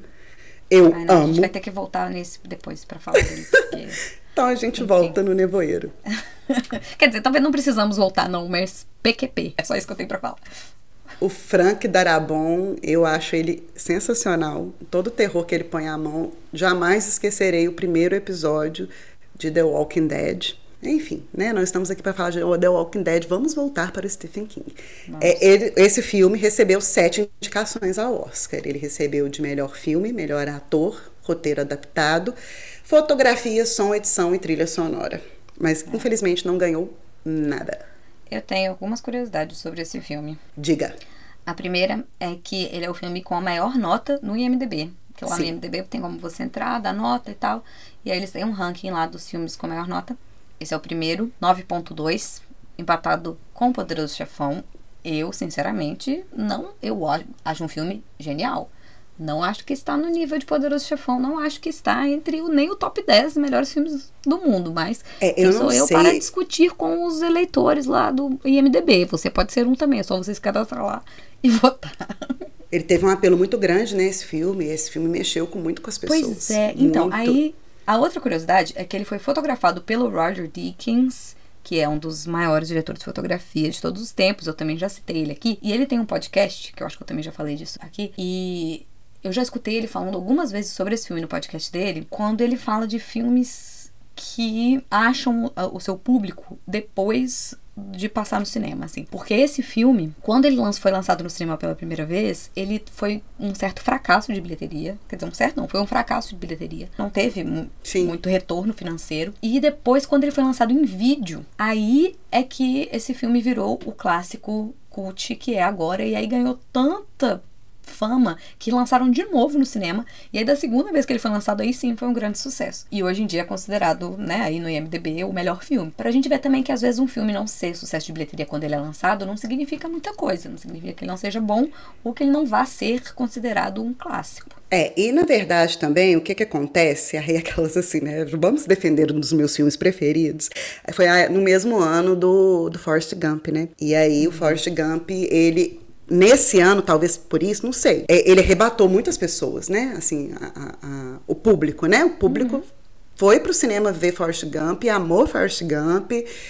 Eu Ai, não, amo. A gente vai ter que voltar nesse depois pra falar dele, porque... Então a gente Enfim. volta no Nevoeiro. Quer dizer, talvez não precisamos voltar não, mas P Q P. É só isso que eu tenho pra falar. O Frank Darabont, eu acho ele sensacional. Todo o terror que ele põe à mão. Jamais esquecerei o primeiro episódio de The Walking Dead. Enfim, né? Nós estamos aqui para falar de The Walking Dead. Vamos voltar para o Stephen King. É, ele, esse filme recebeu sete indicações ao Oscar. Ele recebeu de melhor filme, melhor ator, roteiro adaptado, fotografia, som, edição e trilha sonora. Mas, é. infelizmente, não ganhou nada. Eu tenho algumas curiosidades sobre esse filme. Diga. A primeira é que ele é o filme com a maior nota no I M D B. Porque lá Sim. no I M D B tem como você entrar, dar nota e tal. E aí eles têm um ranking lá dos filmes com a maior nota. Esse é o primeiro, nove ponto dois, empatado com o Poderoso Chefão. Eu, sinceramente, não, eu acho um filme genial. Não acho que está no nível de Poderoso Chefão, não acho que está entre o, nem o top dez melhores filmes do mundo, mas é, eu sou não eu sei. para discutir com os eleitores lá do I M D B. Você pode ser um também, é só você se cadastrar lá e votar. Ele teve um apelo muito grande, né, esse filme, esse filme mexeu com, muito com as pessoas. Pois é, então, muito. aí a outra curiosidade é que ele foi fotografado pelo Roger Deakins, que é um dos maiores diretores de fotografia de todos os tempos, eu também já citei ele aqui, e ele tem um podcast, que eu acho que eu também já falei disso aqui, e eu já escutei ele falando algumas vezes sobre esse filme no podcast dele, quando ele fala de filmes que acham o seu público depois de passar no cinema, assim. Porque esse filme, quando ele foi lançado no cinema pela primeira vez, ele foi um certo fracasso de bilheteria. Quer dizer, um certo não, foi um fracasso de bilheteria. Não teve Sim. muito retorno financeiro. E depois, quando ele foi lançado em vídeo, aí é que esse filme virou o clássico cult que é agora. E aí ganhou tanta fama que lançaram de novo no cinema, e aí da segunda vez que ele foi lançado, aí sim foi um grande sucesso, e hoje em dia é considerado, né, aí no I M D B o melhor filme. Pra gente ver também que às vezes um filme não ser sucesso de bilheteria quando ele é lançado não significa muita coisa, não significa que ele não seja bom ou que ele não vá ser considerado um clássico. É, e na verdade também, o que que acontece, aí aquelas assim, né, vamos defender um dos meus filmes preferidos, foi no mesmo ano do, do Forrest Gump, né, e aí uhum. o Forrest Gump, ele nesse ano, talvez por isso, não sei. Ele arrebatou muitas pessoas, né? Assim, a, a, a, o público, né? O público uhum. foi pro cinema ver Forrest Gump, amou Forrest Gump.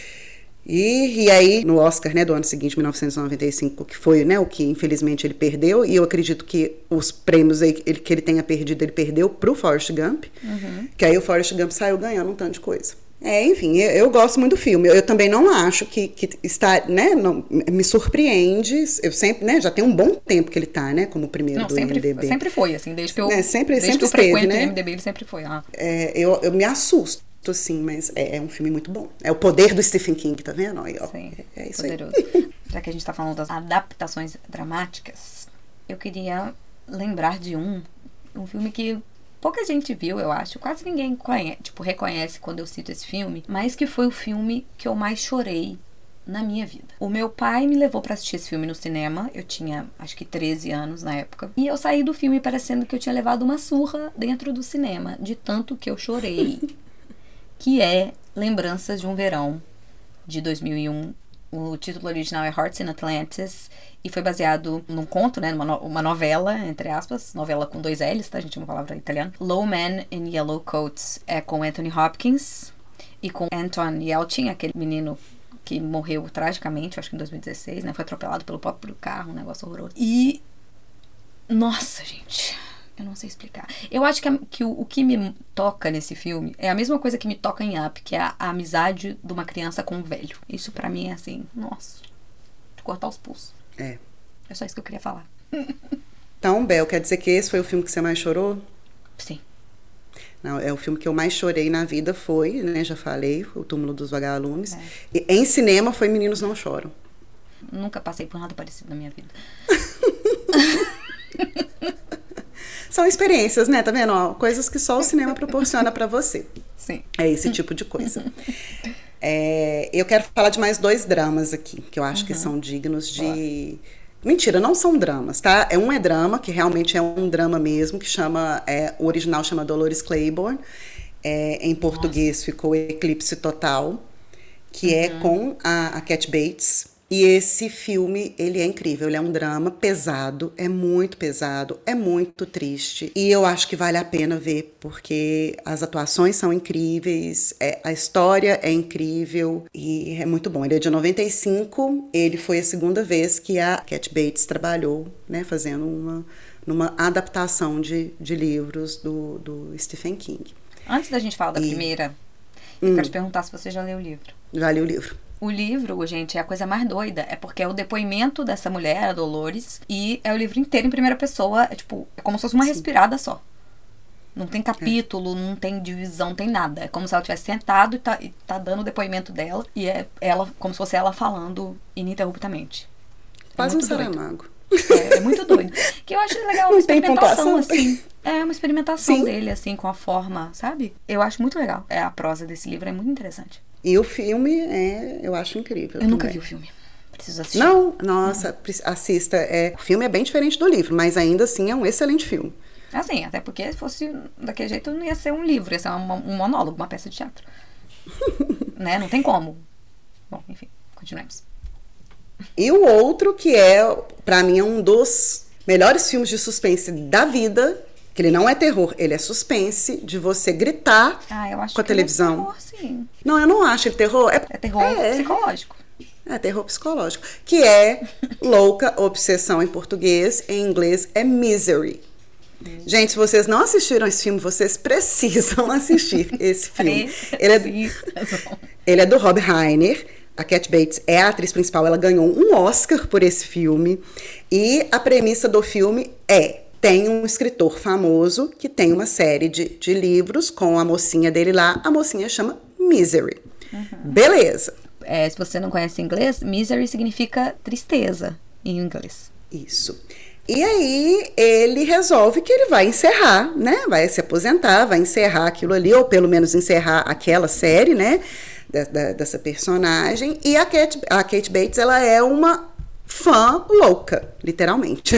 E, e aí, no Oscar, né, do ano seguinte, mil novecentos e noventa e cinco, que foi, né, o que infelizmente ele perdeu, e eu acredito que os prêmios aí, ele, que ele tenha perdido, ele perdeu pro Forrest Gump, uhum. que aí o Forrest Gump saiu ganhando um tanto de coisa. É, enfim, eu, eu gosto muito do filme. Eu, eu também não acho que, que está, né, não, me surpreende. Eu sempre, né, já tem um bom tempo que ele está, né, como primeiro não, do sempre, I M D B. Sempre foi, assim, desde que eu, é, sempre, desde sempre que eu esteve, frequento né? o I M D B, ele sempre foi. Ah. É, eu, eu me assusto, sim, mas é, é um filme muito bom. É o poder do Stephen King, tá vendo? Aí, ó, Sim, é isso poderoso. aí. Já que a gente está falando das adaptações dramáticas, eu queria lembrar de um, um filme que pouca gente viu, eu acho, quase ninguém conhece, tipo, reconhece quando eu cito esse filme, mas que foi o filme que eu mais chorei na minha vida. O meu pai me levou pra assistir esse filme no cinema, eu tinha acho que treze anos na época, e eu saí do filme parecendo que eu tinha levado uma surra dentro do cinema, de tanto que eu chorei, que é Lembranças de um Verão, de dois mil e um. O título original é Hearts in Atlantis e foi baseado num conto, né, numa no- uma novela, entre aspas, novela com dois L's, tá, gente, é uma palavra italiana. Low Man in Yellow Coats é com Anthony Hopkins e com Anton Yelchin, aquele menino que morreu tragicamente, acho que em dois mil e dezesseis, né, foi atropelado pelo próprio carro, um negócio horroroso. E, nossa, gente, eu não sei explicar. Eu acho que, a- que o, o que me toca nesse filme é a mesma coisa que me toca em Up, que é a, a amizade de uma criança com um velho. Isso pra mim é assim, nossa, de cortar os pulsos. É. É só isso que eu queria falar. Então, Bel, quer dizer que esse foi o filme que você mais chorou? Sim. Não, é o filme que eu mais chorei na vida foi, né, já falei, O Túmulo dos Vagalumes. E em cinema foi Meninos Não Choram. Nunca passei por nada parecido na minha vida. São experiências, né? Tá vendo? Ó, coisas que só o cinema proporciona pra você. Sim. É esse tipo de coisa. É, eu quero falar de mais dois dramas aqui, que eu acho que são dignos de... Mentira, não são dramas, tá? É um é drama, que realmente é um drama mesmo, que chama... É, o original chama Dolores Claiborne. É, em português ficou Eclipse Total, que é com a, a Cat Bates. E esse filme, ele é incrível, ele é um drama pesado, é muito pesado, é muito triste. E eu acho que vale a pena ver, porque as atuações são incríveis, é, a história é incrível e é muito bom. Ele é de noventa e cinco, ele foi a segunda vez que a Cat Bates trabalhou, né, fazendo uma, numa adaptação de, de livros do, do Stephen King. Antes da gente falar da E- primeira, eu quero te perguntar se você já leu o livro. Já li o livro. O livro, gente, é a coisa mais doida. É porque é o depoimento dessa mulher, a Dolores, e é o livro inteiro em primeira pessoa. É tipo, é como se fosse uma respirada só. Não tem capítulo, não tem divisão, não tem nada. É como se ela tivesse sentado e tá, e tá dando o depoimento dela. E é ela, como se fosse ela falando ininterruptamente. É Quase um muito doido. Saramago. É, é muito doido. Que eu acho legal, uma Não tem experimentação, pontuação? assim. É uma experimentação Sim. dele, assim, com a forma, sabe? Eu acho muito legal. É, a prosa desse livro é muito interessante. E o filme, é, eu acho incrível. Eu nunca também. vi o filme. Preciso assistir. Não, nossa, pre- assista. É, o filme é bem diferente do livro, mas ainda assim é um excelente filme. Assim, até porque se fosse daquele jeito não ia ser um livro, ia ser uma- um monólogo, uma peça de teatro. Né? Não tem como. Bom, enfim, continuemos. E o outro, que é, pra mim, é um dos melhores filmes de suspense da vida, que ele não é terror, ele é suspense, de você gritar Ah, eu acho com a que televisão. é terror, sim. Não, eu não acho ele terror. É, É terror é, psicológico. É terror psicológico. Que é Louca Obsessão em português, em inglês é Misery. Gente, se vocês não assistiram esse filme, vocês precisam assistir esse filme. Ele é, ele é do Rob Reiner. A Cat Bates é a atriz principal. Ela ganhou um Oscar por esse filme. E a premissa do filme é... Tem um escritor famoso que tem uma série de, de livros com a mocinha dele lá. A mocinha chama Misery. Beleza. É, se você não conhece inglês, misery significa tristeza em inglês. Isso. E aí ele resolve que ele vai encerrar, né? Vai se aposentar, vai encerrar aquilo ali, ou pelo menos encerrar aquela série, né? Da, da- dessa personagem. E a Kate, a Kate Bates, ela é uma fã louca, literalmente.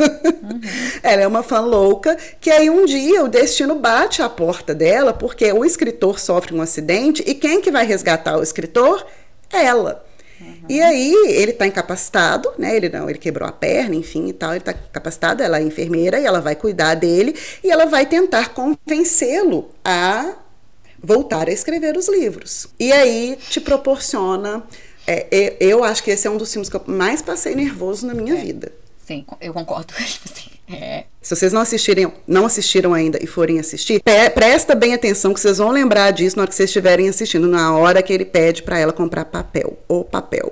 Ela é uma fã louca, que aí um dia o destino bate à porta dela, porque o escritor sofre um acidente, e quem que vai resgatar o escritor? Ela. E aí, ele tá incapacitado, né? Ele não, ele quebrou a perna, enfim e tal. Ele tá incapacitado, ela é enfermeira e ela vai cuidar dele e ela vai tentar convencê-lo a voltar a escrever os livros. E aí te proporciona. é, é, eu acho que esse é um dos filmes que eu mais passei nervoso na minha vida. Sim, eu concordo. Tipo assim, é, Se vocês não assistirem, não assistiram ainda e forem assistir, pe- presta bem atenção que vocês vão lembrar disso na hora que vocês estiverem assistindo, na hora que ele pede pra ela comprar papel, ou papel.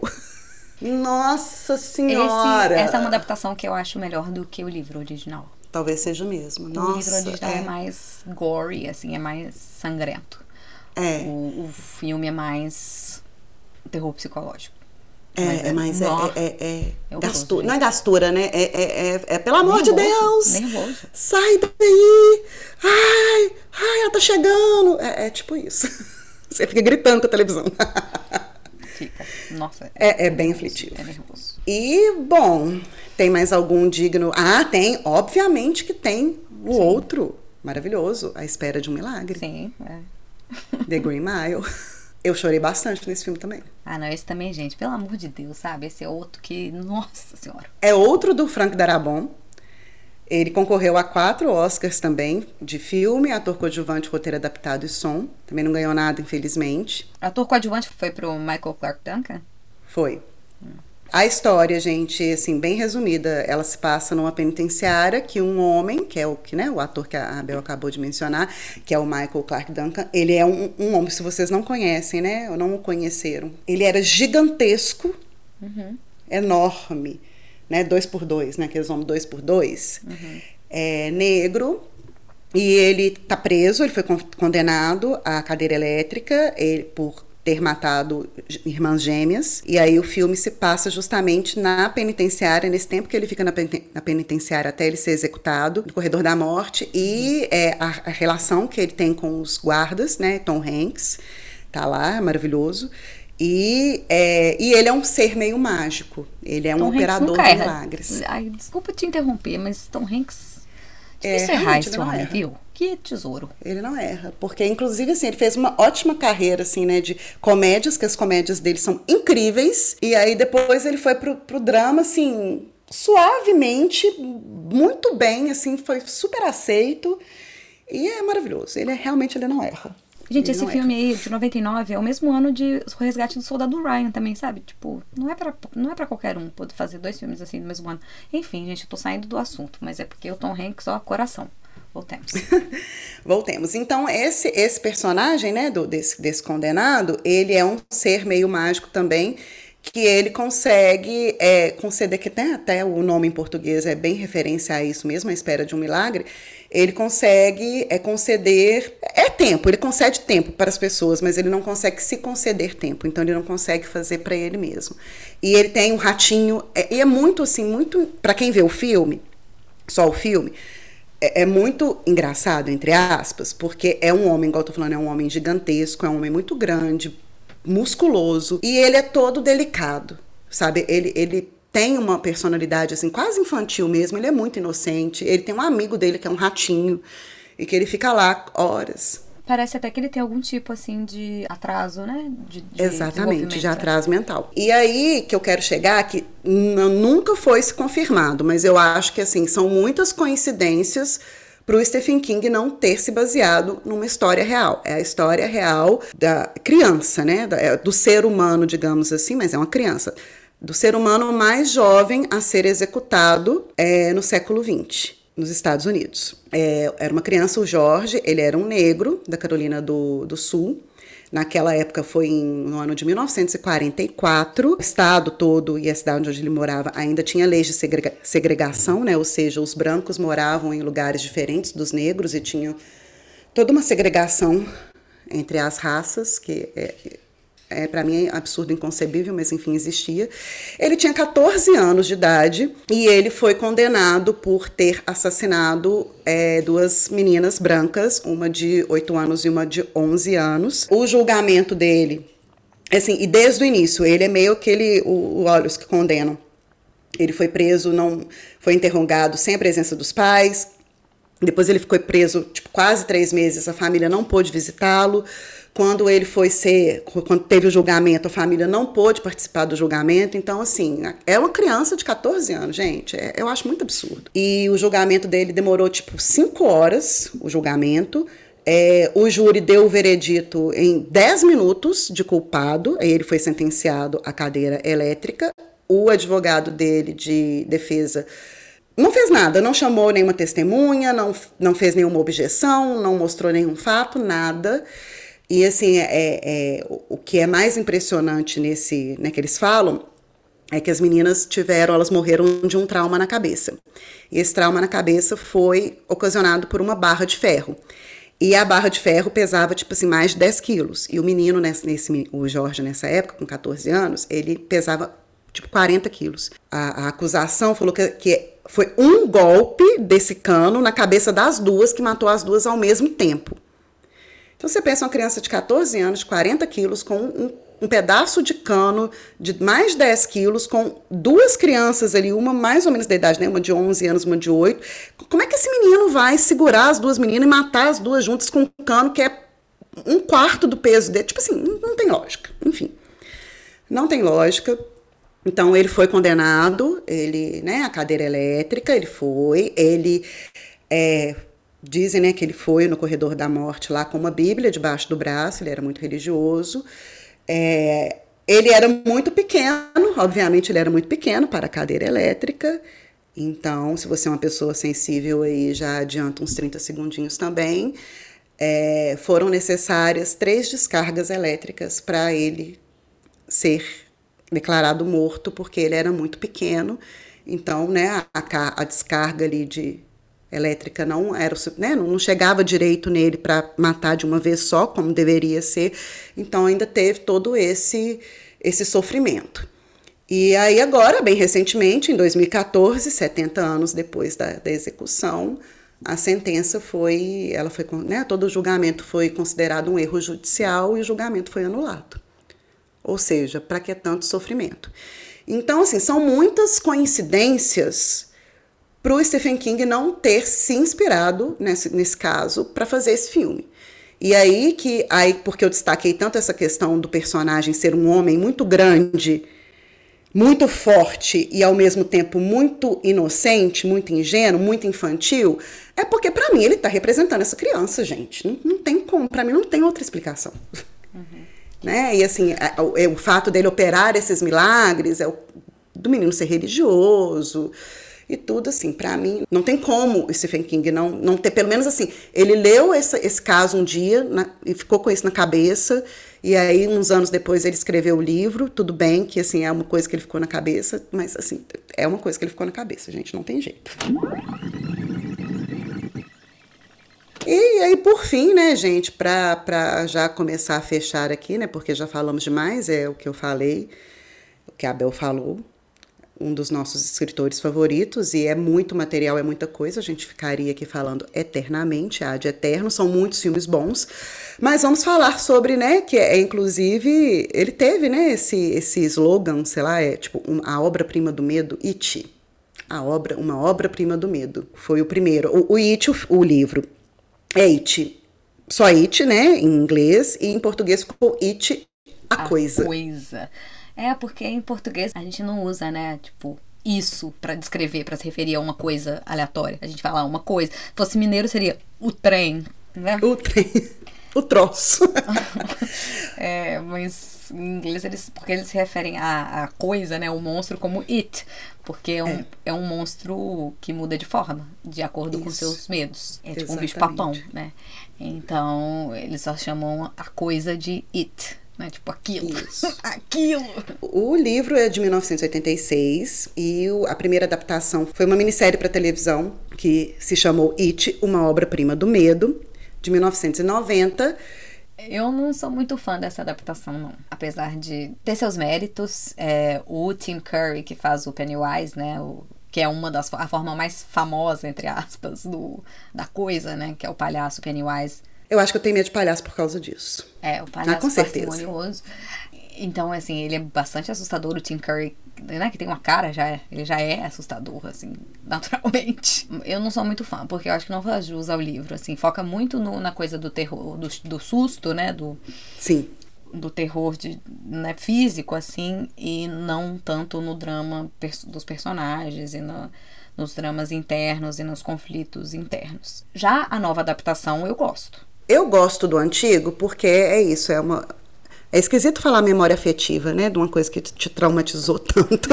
Nossa Senhora! esse, essa é uma adaptação que eu acho melhor do que o livro original. Talvez seja mesmo. O Nossa, livro original é. é. mais gory, assim, é mais sangrento. É. O, o filme é mais terror psicológico. Mas É, é, mas é, nó, é, é, é é horroroso, gastura, gente. não é gastura, né? É, é, é, é, pelo amor de Nervoso, Deus! nervoso. Sai daí! Ai, ai, ela tá chegando! É, é tipo isso. Você fica gritando com a televisão. Fica. Nossa, É, é bem nervoso, aflitivo. É nervoso. E, bom, tem mais algum digno? Ah, tem, obviamente que tem o Sim. outro maravilhoso, A Espera de um Milagre, Sim, é. The Green Mile. Eu chorei bastante nesse filme também. Ah, não, esse também, gente, pelo amor de Deus, sabe? Esse é outro que, nossa senhora. É outro do Frank Darabont. Ele concorreu a quatro Oscars também, de filme, ator coadjuvante, roteiro adaptado e som. Também não ganhou nada, infelizmente. Ator coadjuvante foi pro Michael Clarke Duncan? Foi. A história, gente, assim, bem resumida, ela se passa numa penitenciária que um homem, que é o, que, né, o ator que a Abel acabou de mencionar, que é o Michael Clarke Duncan, ele é um, um homem, se vocês não conhecem, né, ou não o conheceram, ele era gigantesco, Uhum. enorme, né, dois por dois, né, aqueles homens dois por dois, Uhum. é, negro, e ele tá preso, ele foi condenado à cadeira elétrica ele, por ter matado irmãs gêmeas, e aí o filme se passa justamente na penitenciária, nesse tempo que ele fica na, pen na penitenciária até ele ser executado, no corredor da morte, e é, a, a relação que ele tem com os guardas, né, Tom Hanks, tá lá, maravilhoso, e, é, e ele é um ser meio mágico, ele é um Tom Hanks operador nunca de erra. milagres. Ai, desculpa te interromper, mas Tom Hanks... É, Difícil errar realmente, esse ele não homem, erra. viu? Que tesouro. Ele não erra, porque inclusive assim, ele fez uma ótima carreira assim, né, de comédias, que as comédias dele são incríveis, e aí depois ele foi pro, pro drama assim, suavemente, muito bem, assim, foi super aceito, e é maravilhoso, ele é, realmente ele não erra. Gente, Ele esse não filme erra. aí, de noventa e nove, é o mesmo ano de O Resgate do Soldado Ryan também, sabe? Tipo, não é pra, não é pra qualquer um poder fazer dois filmes assim no mesmo ano. Enfim, gente, eu tô saindo do assunto, mas é porque o Tom Hanks, ó, coração. Voltemos. Voltemos. Então, esse, esse personagem, né, do, desse, desse condenado, ele é um ser meio mágico também, que ele consegue é, conceder, que tem até o nome em português é bem referência a isso mesmo, A Espera de um Milagre, ele consegue é, conceder, é tempo, ele concede tempo para as pessoas, mas ele não consegue se conceder tempo, então ele não consegue fazer para ele mesmo. E ele tem um ratinho, é, e é muito assim, muito, para quem vê o filme, só o filme, é, é muito engraçado, entre aspas, porque é um homem, igual eu tô falando, é um homem gigantesco, é um homem muito grande, musculoso, e ele é todo delicado, sabe? Ele, ele tem uma personalidade assim, quase infantil mesmo, ele é muito inocente, ele tem um amigo dele que é um ratinho, e que ele fica lá horas. Parece até que ele tem algum tipo, assim, de atraso, né? De, de Exatamente, de atraso mental. E aí que eu quero chegar, que nunca foi se confirmado, mas eu acho que, assim, são muitas coincidências para o Stephen King não ter se baseado numa história real. É a história real da criança, né? Do ser humano, digamos assim, mas é uma criança. Do ser humano mais jovem a ser executado é, no século vinte, nos Estados Unidos. É, era uma criança, o George, ele era um negro da Carolina do, do Sul. Naquela época foi em, no ano de mil novecentos e quarenta e quatro. O estado todo e a cidade onde ele morava ainda tinha leis de segrega- segregação, né? Ou seja, os brancos moravam em lugares diferentes dos negros e tinha toda uma segregação entre as raças, que é, é, para mim é absurdo, inconcebível, mas enfim, existia. Ele tinha catorze anos de idade e ele foi condenado por ter assassinado é, duas meninas brancas, uma de oito anos e uma de onze anos. O julgamento dele, assim, e desde o início, ele é meio aquele, o, o olhos que condenam. Ele foi preso, não foi interrogado sem a presença dos pais. Depois ele ficou preso tipo, quase três meses, a família não pôde visitá-lo. Quando ele foi ser, quando teve o julgamento, a família não pôde participar do julgamento. Então, assim, é uma criança de catorze anos, gente. É, eu acho muito absurdo. E o julgamento dele demorou, tipo, cinco horas, o julgamento. É, o júri deu o veredito em dez minutos de culpado. Aí ele foi sentenciado à cadeira elétrica. O advogado dele de defesa não fez nada, não chamou nenhuma testemunha, não, não fez nenhuma objeção, não mostrou nenhum fato, nada. E assim, é, é, o que é mais impressionante nesse, né, que eles falam, é que as meninas tiveram, elas morreram de um trauma na cabeça. E esse trauma na cabeça foi ocasionado por uma barra de ferro. E a barra de ferro pesava, tipo assim, mais de dez quilos. E o menino, nesse, nesse, o Jorge, nessa época, com catorze anos, ele pesava tipo quarenta quilos. A, a acusação falou que, que foi um golpe desse cano na cabeça das duas que matou as duas ao mesmo tempo. Então você pensa uma criança de catorze anos, de quarenta quilos, com um, um pedaço de cano de mais de dez quilos, com duas crianças ali, uma mais ou menos da idade, né? Uma de onze anos, uma de oito. Como é que esse menino vai segurar as duas meninas e matar as duas juntas com um cano que é um quarto do peso dele? Tipo assim, não, não tem lógica. Enfim, não tem lógica. Então ele foi condenado, ele, né, a cadeira elétrica, ele foi, ele... É, dizem, né, que ele foi no corredor da morte lá com uma Bíblia debaixo do braço, ele era muito religioso. É, ele era muito pequeno, obviamente ele era muito pequeno para a cadeira elétrica. Então, se você é uma pessoa sensível, aí já adianta uns trinta segundinhos também. É, foram necessárias três descargas elétricas para ele ser declarado morto, porque ele era muito pequeno. Então, né, a, a descarga ali de elétrica não era, né, não chegava direito nele para matar de uma vez só, como deveria ser. Então ainda teve todo esse esse sofrimento. E aí agora, bem recentemente, em dois mil e catorze, setenta anos depois da, da execução, a sentença foi, ela foi, né, todo o julgamento foi considerado um erro judicial e o julgamento foi anulado. Ou seja, para que tanto sofrimento? Então, assim, são muitas coincidências para o Stephen King não ter se inspirado nesse, nesse caso para fazer esse filme. E aí que, aí, porque eu destaquei tanto essa questão do personagem ser um homem muito grande, muito forte e ao mesmo tempo muito inocente, muito ingênuo, muito infantil, é porque para mim ele está representando essa criança, gente. Não, não tem como, para mim não tem outra explicação. Uhum. Né? E assim, é, é, o fato dele operar esses milagres, é o, do menino ser religioso, e tudo assim, pra mim, não tem como o Stephen King não, não ter, pelo menos assim, ele leu essa, esse caso um dia na, e ficou com isso na cabeça, e aí uns anos depois ele escreveu o livro, tudo bem que assim, é uma coisa que ele ficou na cabeça, mas assim, é uma coisa que ele ficou na cabeça, gente, não tem jeito. E aí, por fim, né, gente, pra, pra já começar a fechar aqui, né, porque já falamos demais, é o que eu falei, o que a Bel falou, um dos nossos escritores favoritos, e é muito material, é muita coisa, a gente ficaria aqui falando eternamente, há de eterno, são muitos filmes bons, mas vamos falar sobre, né, que é, inclusive, ele teve, né, esse, esse slogan, sei lá, é tipo, um, a obra-prima do medo, It, a obra, uma obra-prima do medo, foi o primeiro, o, o It, o, o livro, é It, só It, né, em inglês, e em português ficou It, a, a coisa. coisa. É, porque em português a gente não usa, né, tipo, isso pra descrever, pra se referir a uma coisa aleatória. A gente fala uma coisa. Se fosse mineiro seria o trem, né? O trem, o troço. É, mas em inglês eles, porque eles se referem à, à coisa, né, o monstro como it, porque é um, é. é um monstro que muda de forma, de acordo isso. com seus medos. É tipo Exatamente. Um bicho-papão, né? Então, eles só chamam a coisa de it. Né? Tipo, aquilo. aquilo. O livro é de mil novecentos e oitenta e seis e o, a primeira adaptação foi uma minissérie para televisão que se chamou It, uma obra-prima do medo, de mil novecentos e noventa. Eu não sou muito fã dessa adaptação, não. Apesar de ter seus méritos, é, o Tim Curry, que faz o Pennywise, né, o, que é uma das a forma mais famosa, entre aspas, do, da coisa, né, que é o palhaço Pennywise. Eu acho que eu tenho medo de palhaço por causa disso. É, o palhaço ah, parcimonioso. Então, assim, ele é bastante assustador, o Tim Curry, né, que tem uma cara, já é, ele já é assustador, assim, naturalmente. Eu não sou muito fã, porque eu acho que não faz jus ao livro, assim, foca muito no, na coisa do terror, do, do susto, né, do... Sim. Do terror de, né, físico, assim, e não tanto no drama pers- dos personagens e no, nos dramas internos e nos conflitos internos. Já a nova adaptação eu gosto. Eu gosto do antigo porque é isso, é uma... É esquisito falar memória afetiva, né? De uma coisa que te traumatizou tanto.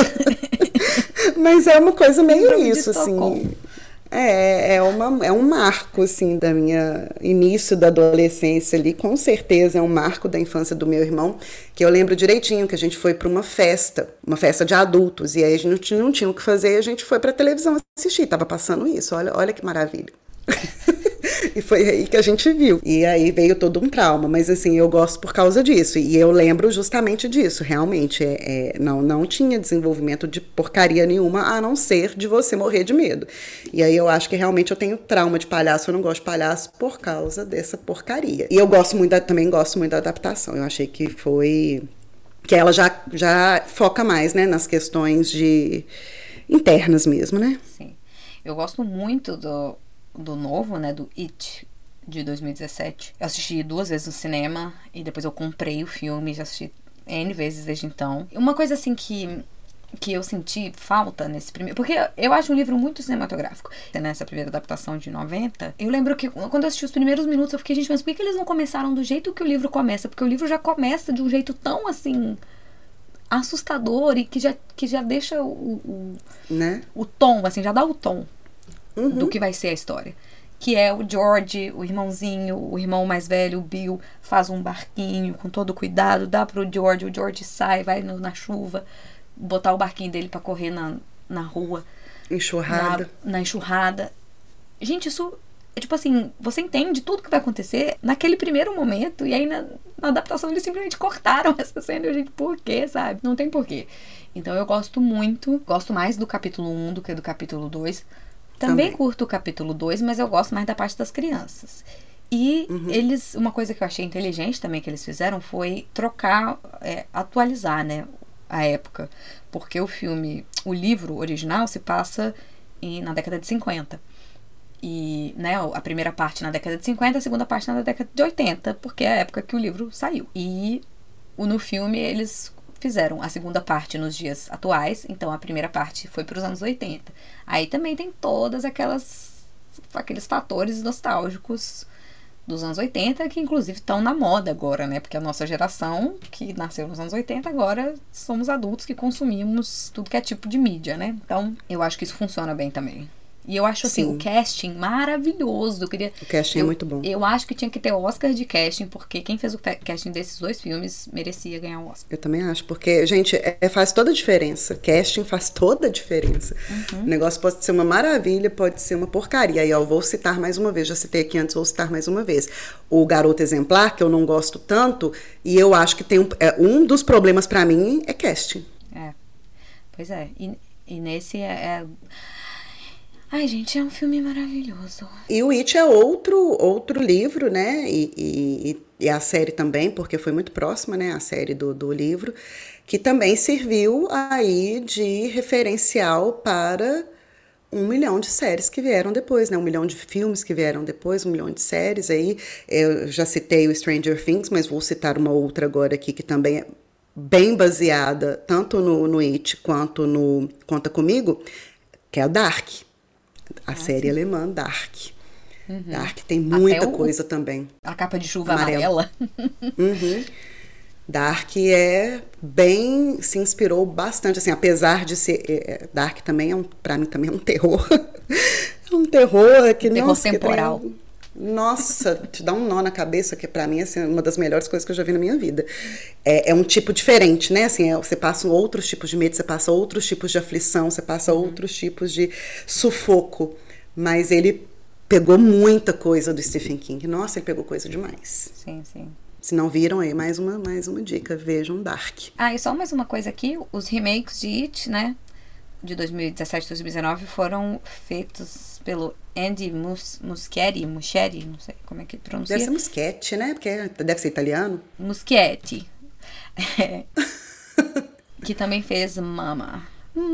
Mas é uma coisa meio isso, assim. É, é, uma, é um marco, assim, da minha início da adolescência ali. Com certeza é um marco da infância do meu irmão, que eu lembro direitinho que a gente foi para uma festa, uma festa de adultos, e aí a gente não tinha, não tinha o que fazer, e a gente foi para a televisão assistir. Tava passando isso, olha, olha que maravilha. E foi aí que a gente viu. E aí veio todo um trauma. Mas assim, eu gosto por causa disso. E eu lembro justamente disso. Realmente, é, é, não, não tinha desenvolvimento de porcaria nenhuma, a não ser de você morrer de medo. E aí eu acho que realmente eu tenho trauma de palhaço. Eu não gosto de palhaço por causa dessa porcaria. E eu gosto muito da, também gosto muito da adaptação. Eu achei que foi... Que ela já, já foca mais, né, nas questões de... internas mesmo, né? Sim. Eu gosto muito do... do novo, né, do It, de dois mil e dezessete. Eu assisti duas vezes no cinema e depois eu comprei o filme, já assisti N vezes desde então. Uma coisa assim que, que eu senti falta nesse primeiro... Porque eu acho um livro muito cinematográfico. Nessa primeira adaptação de noventa, eu lembro que quando eu assisti os primeiros minutos eu fiquei, gente, mas por que, que eles não começaram do jeito que o livro começa? Porque o livro já começa de um jeito tão, assim... assustador e que já, que já deixa o, o, né? o tom, assim, já dá o tom Uhum. do que vai ser a história. Que é o George, o irmãozinho, o irmão mais velho, o Bill, faz um barquinho com todo cuidado, dá pro George, o George sai, vai no, na chuva, botar o barquinho dele pra correr na, na rua. Enxurrada. Na, na enxurrada. Gente, isso é tipo assim, você entende tudo que vai acontecer naquele primeiro momento, e aí na, na adaptação eles simplesmente cortaram essa cena, e eu, gente, por quê, sabe? Não tem porquê. Então eu gosto muito, gosto mais do capítulo um do que do capítulo dois. Também, Também curto o capítulo dois, mas eu gosto mais da parte das crianças. E uhum. eles, uma coisa que eu achei inteligente também que eles fizeram foi trocar, é, atualizar, né, a época. Porque o filme, o livro original se passa em, na década de cinquenta. E, né, a primeira parte na década de cinquenta, a segunda parte na década de oitenta, porque é a época que o livro saiu. E no filme eles fizeram a segunda parte nos dias atuais, então a primeira parte foi para os anos oitenta. Aí também tem todas aquelas aqueles fatores nostálgicos dos anos oitenta, que inclusive estão na moda agora, né? Porque a nossa geração, que nasceu nos anos oitenta, agora somos adultos que consumimos tudo que é tipo de mídia, né? Então, eu acho que isso funciona bem também. E eu acho, assim, Sim. o casting maravilhoso. Eu queria, o casting eu, é muito bom. Eu acho que tinha que ter Oscar de casting, porque quem fez o casting desses dois filmes merecia ganhar o Oscar. Eu também acho, porque, gente, é, faz toda a diferença. Casting faz toda a diferença. Uhum. O negócio pode ser uma maravilha, pode ser uma porcaria. Aí, ó, eu vou citar mais uma vez. Já citei aqui antes, vou citar mais uma vez. O Garoto Exemplar, que eu não gosto tanto, e eu acho que tem um, é, um dos problemas pra mim é casting. É, pois é. E, e nesse é... é... Ai, gente, é um filme maravilhoso. E o It é outro, outro livro, né? E, e, e a série também, porque foi muito próxima, né? A série do, do livro, que também serviu aí de referencial para um milhão de séries que vieram depois, né? Um milhão de filmes que vieram depois, um milhão de séries. Aí eu já citei o Stranger Things, mas vou citar uma outra agora aqui que também é bem baseada tanto no, no It quanto no Conta Comigo, que é o Dark. A ah, série sim. alemã Dark. Uhum. Dark tem muita o, coisa também. A capa de chuva amarela. Uhum. Dark é bem... Se inspirou bastante, assim, apesar de ser... É, Dark também é um... Pra mim também é um terror. É um terror que... Terror nossa, temporal. Que tem, nossa, te dá um nó na cabeça, que pra mim assim, é uma das melhores coisas que eu já vi na minha vida. É, é um tipo diferente, né? Assim, é, você passa outros tipos de medo, você passa outros tipos de aflição, você passa uhum. outros tipos de sufoco. Mas ele pegou muita coisa do Stephen King. Nossa, ele pegou coisa demais. Sim, sim. Se não viram aí, mais uma, mais uma dica, vejam Dark. Ah, e só mais uma coisa aqui, os remakes de It, né? De dois mil e dezessete e dois mil e dezenove foram feitos pelo Andy Mus- Muschietti, Muschietti, não sei como é que pronuncia. Deve ser Muschietti, né? Porque deve ser italiano. Muschietti. É. Que também fez Mama.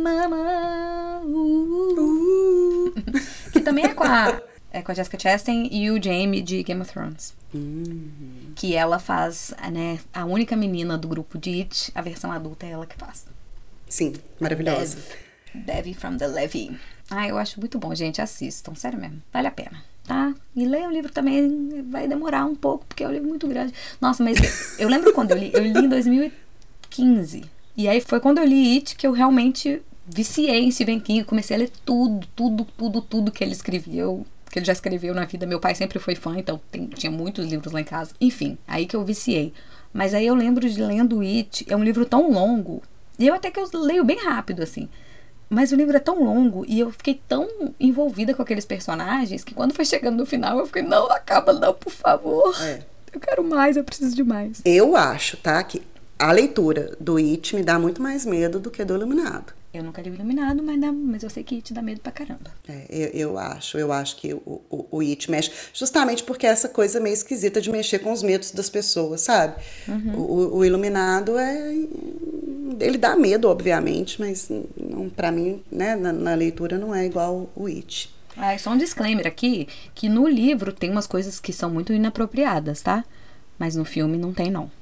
Mama. Uh, uh. Que também é com a, é com a Jessica Chastain e o Jaime de Game of Thrones. Uhum. Que ela faz, né, a única menina do grupo de It, a versão adulta é ela que faz. Sim, maravilhosa. Dev, Devi from the Levy. Ah, eu acho muito bom, gente. Assistam, sério mesmo. Vale a pena, tá? E leiam o livro também, vai demorar um pouco, porque é um livro muito grande. Nossa, mas eu, eu lembro quando eu li, eu li em dois mil e quinze. E aí foi quando eu li It que eu realmente viciei em Stephen King. Comecei a ler tudo, tudo, tudo, tudo que ele escreveu, que ele já escreveu na vida. Meu pai sempre foi fã, então tem, tinha muitos livros lá em casa. Enfim, aí que eu viciei. Mas aí eu lembro de lendo It, é um livro tão longo, e eu até que eu leio bem rápido, assim. Mas o livro é tão longo e eu fiquei tão envolvida com aqueles personagens que quando foi chegando no final eu fiquei, não, acaba não, por favor. É. Eu quero mais, eu preciso de mais. Eu acho, tá, que a leitura do It me dá muito mais medo do que do Iluminado. Eu nunca li o Iluminado, mas, dá, mas eu sei que It dá medo pra caramba. É, eu, eu acho, eu acho que o, o, o It mexe, justamente porque é essa coisa meio esquisita de mexer com os medos das pessoas, sabe? Uhum. O, o Iluminado é... Ele dá medo, obviamente, mas não, pra mim, né, na, na leitura não é igual o It. Ah, só um disclaimer aqui, que no livro tem umas coisas que são muito inapropriadas, tá? Mas no filme não tem, não.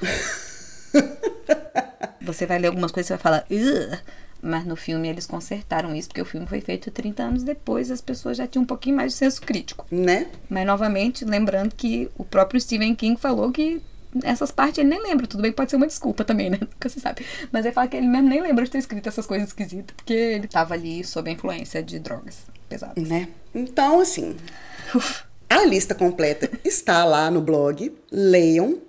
Você vai ler algumas coisas e vai falar... Ugh! Mas no filme eles consertaram isso, porque o filme foi feito trinta anos depois, as pessoas já tinham um pouquinho mais de senso crítico. Né? Mas, novamente, lembrando que o próprio Stephen King falou que essas partes ele nem lembra. Tudo bem que pode ser uma desculpa também, né? Nunca se sabe. Mas ele fala que ele mesmo nem lembra de ter escrito essas coisas esquisitas, porque ele tava ali sob a influência de drogas pesadas. Né? Então, assim, Uf. a lista completa está lá no blog. Leiam,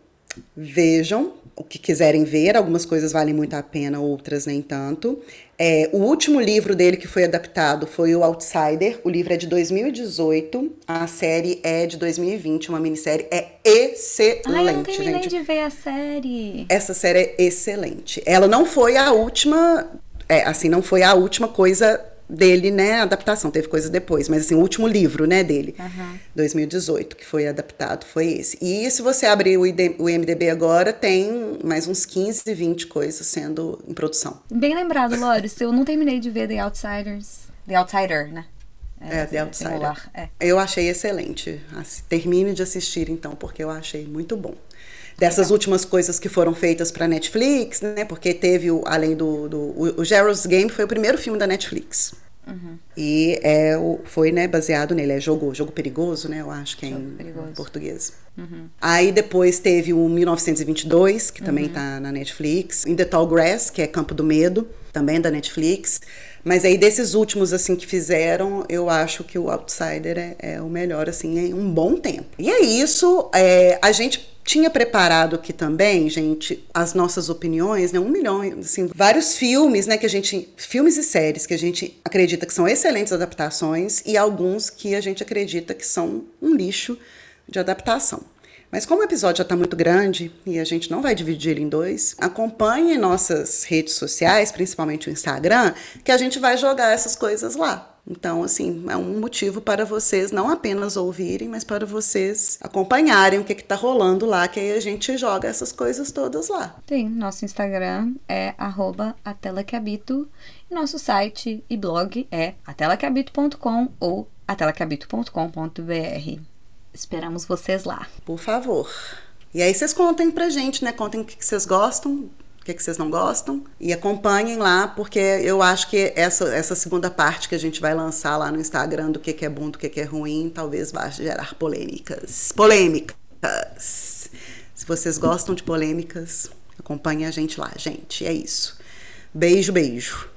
vejam o que quiserem ver. Algumas coisas valem muito a pena, outras nem tanto. É, o último livro dele que foi adaptado foi o Outsider. O livro é de dois mil e dezoito, a série é de dois mil e vinte, uma minissérie. É excelente, gente. Ai, eu não terminei gente. de ver a série. Essa série é excelente. Ela não foi a última, é, assim, não foi a última coisa dele, né, adaptação, teve coisa depois, mas assim, o último livro, né, dele, uhum. dois mil e dezoito, que foi adaptado, foi esse. E se você abrir o, I D, o I M D B agora, tem mais uns quinze, vinte coisas sendo em produção. Bem lembrado, Loris, eu não terminei de ver The Outsiders, The Outsider, né? É, é The Outsider. É. Eu achei excelente. Termine de assistir, então, porque eu achei muito bom. Dessas Legal. últimas coisas que foram feitas para Netflix, né? Porque teve, o, além do... do o, o Gerald's Game foi o primeiro filme da Netflix. Uhum. E é, o, foi, né, baseado nele. É jogo, jogo perigoso, né? Eu acho que é jogo em perigoso. português. Uhum. Aí depois teve o mil novecentos e vinte e dois, que também uhum. tá na Netflix. In the Tall Grass, que é Campo do Medo, também da Netflix. Mas aí desses últimos, assim, que fizeram, eu acho que o Outsider é, é o melhor, assim, em um bom tempo. E é isso. É, a gente tinha preparado aqui também, gente, as nossas opiniões, né? Um milhão, assim, vários filmes, né? Que a gente... Filmes e séries que a gente acredita que são excelentes adaptações e alguns que a gente acredita que são um lixo de adaptação. Mas como o episódio já está muito grande e a gente não vai dividir ele em dois, acompanhe nossas redes sociais, principalmente o Instagram, que a gente vai jogar essas coisas lá. Então, assim, é um motivo para vocês não apenas ouvirem, mas para vocês acompanharem o que está rolando lá, que aí a gente joga essas coisas todas lá. Sim, nosso Instagram é arroba a tela que habito, e nosso site e blog é a tela que habito ponto com ou a tela que habito ponto com ponto b r. Esperamos vocês lá. Por favor. E aí vocês contem pra gente, né? Contem o que vocês gostam, o que vocês não gostam. E acompanhem lá, porque eu acho que essa, essa segunda parte que a gente vai lançar lá no Instagram do que é bom, do que é ruim, talvez vá gerar polêmicas. Polêmicas! Se vocês gostam de polêmicas, acompanhem a gente lá, gente. É isso. Beijo, beijo.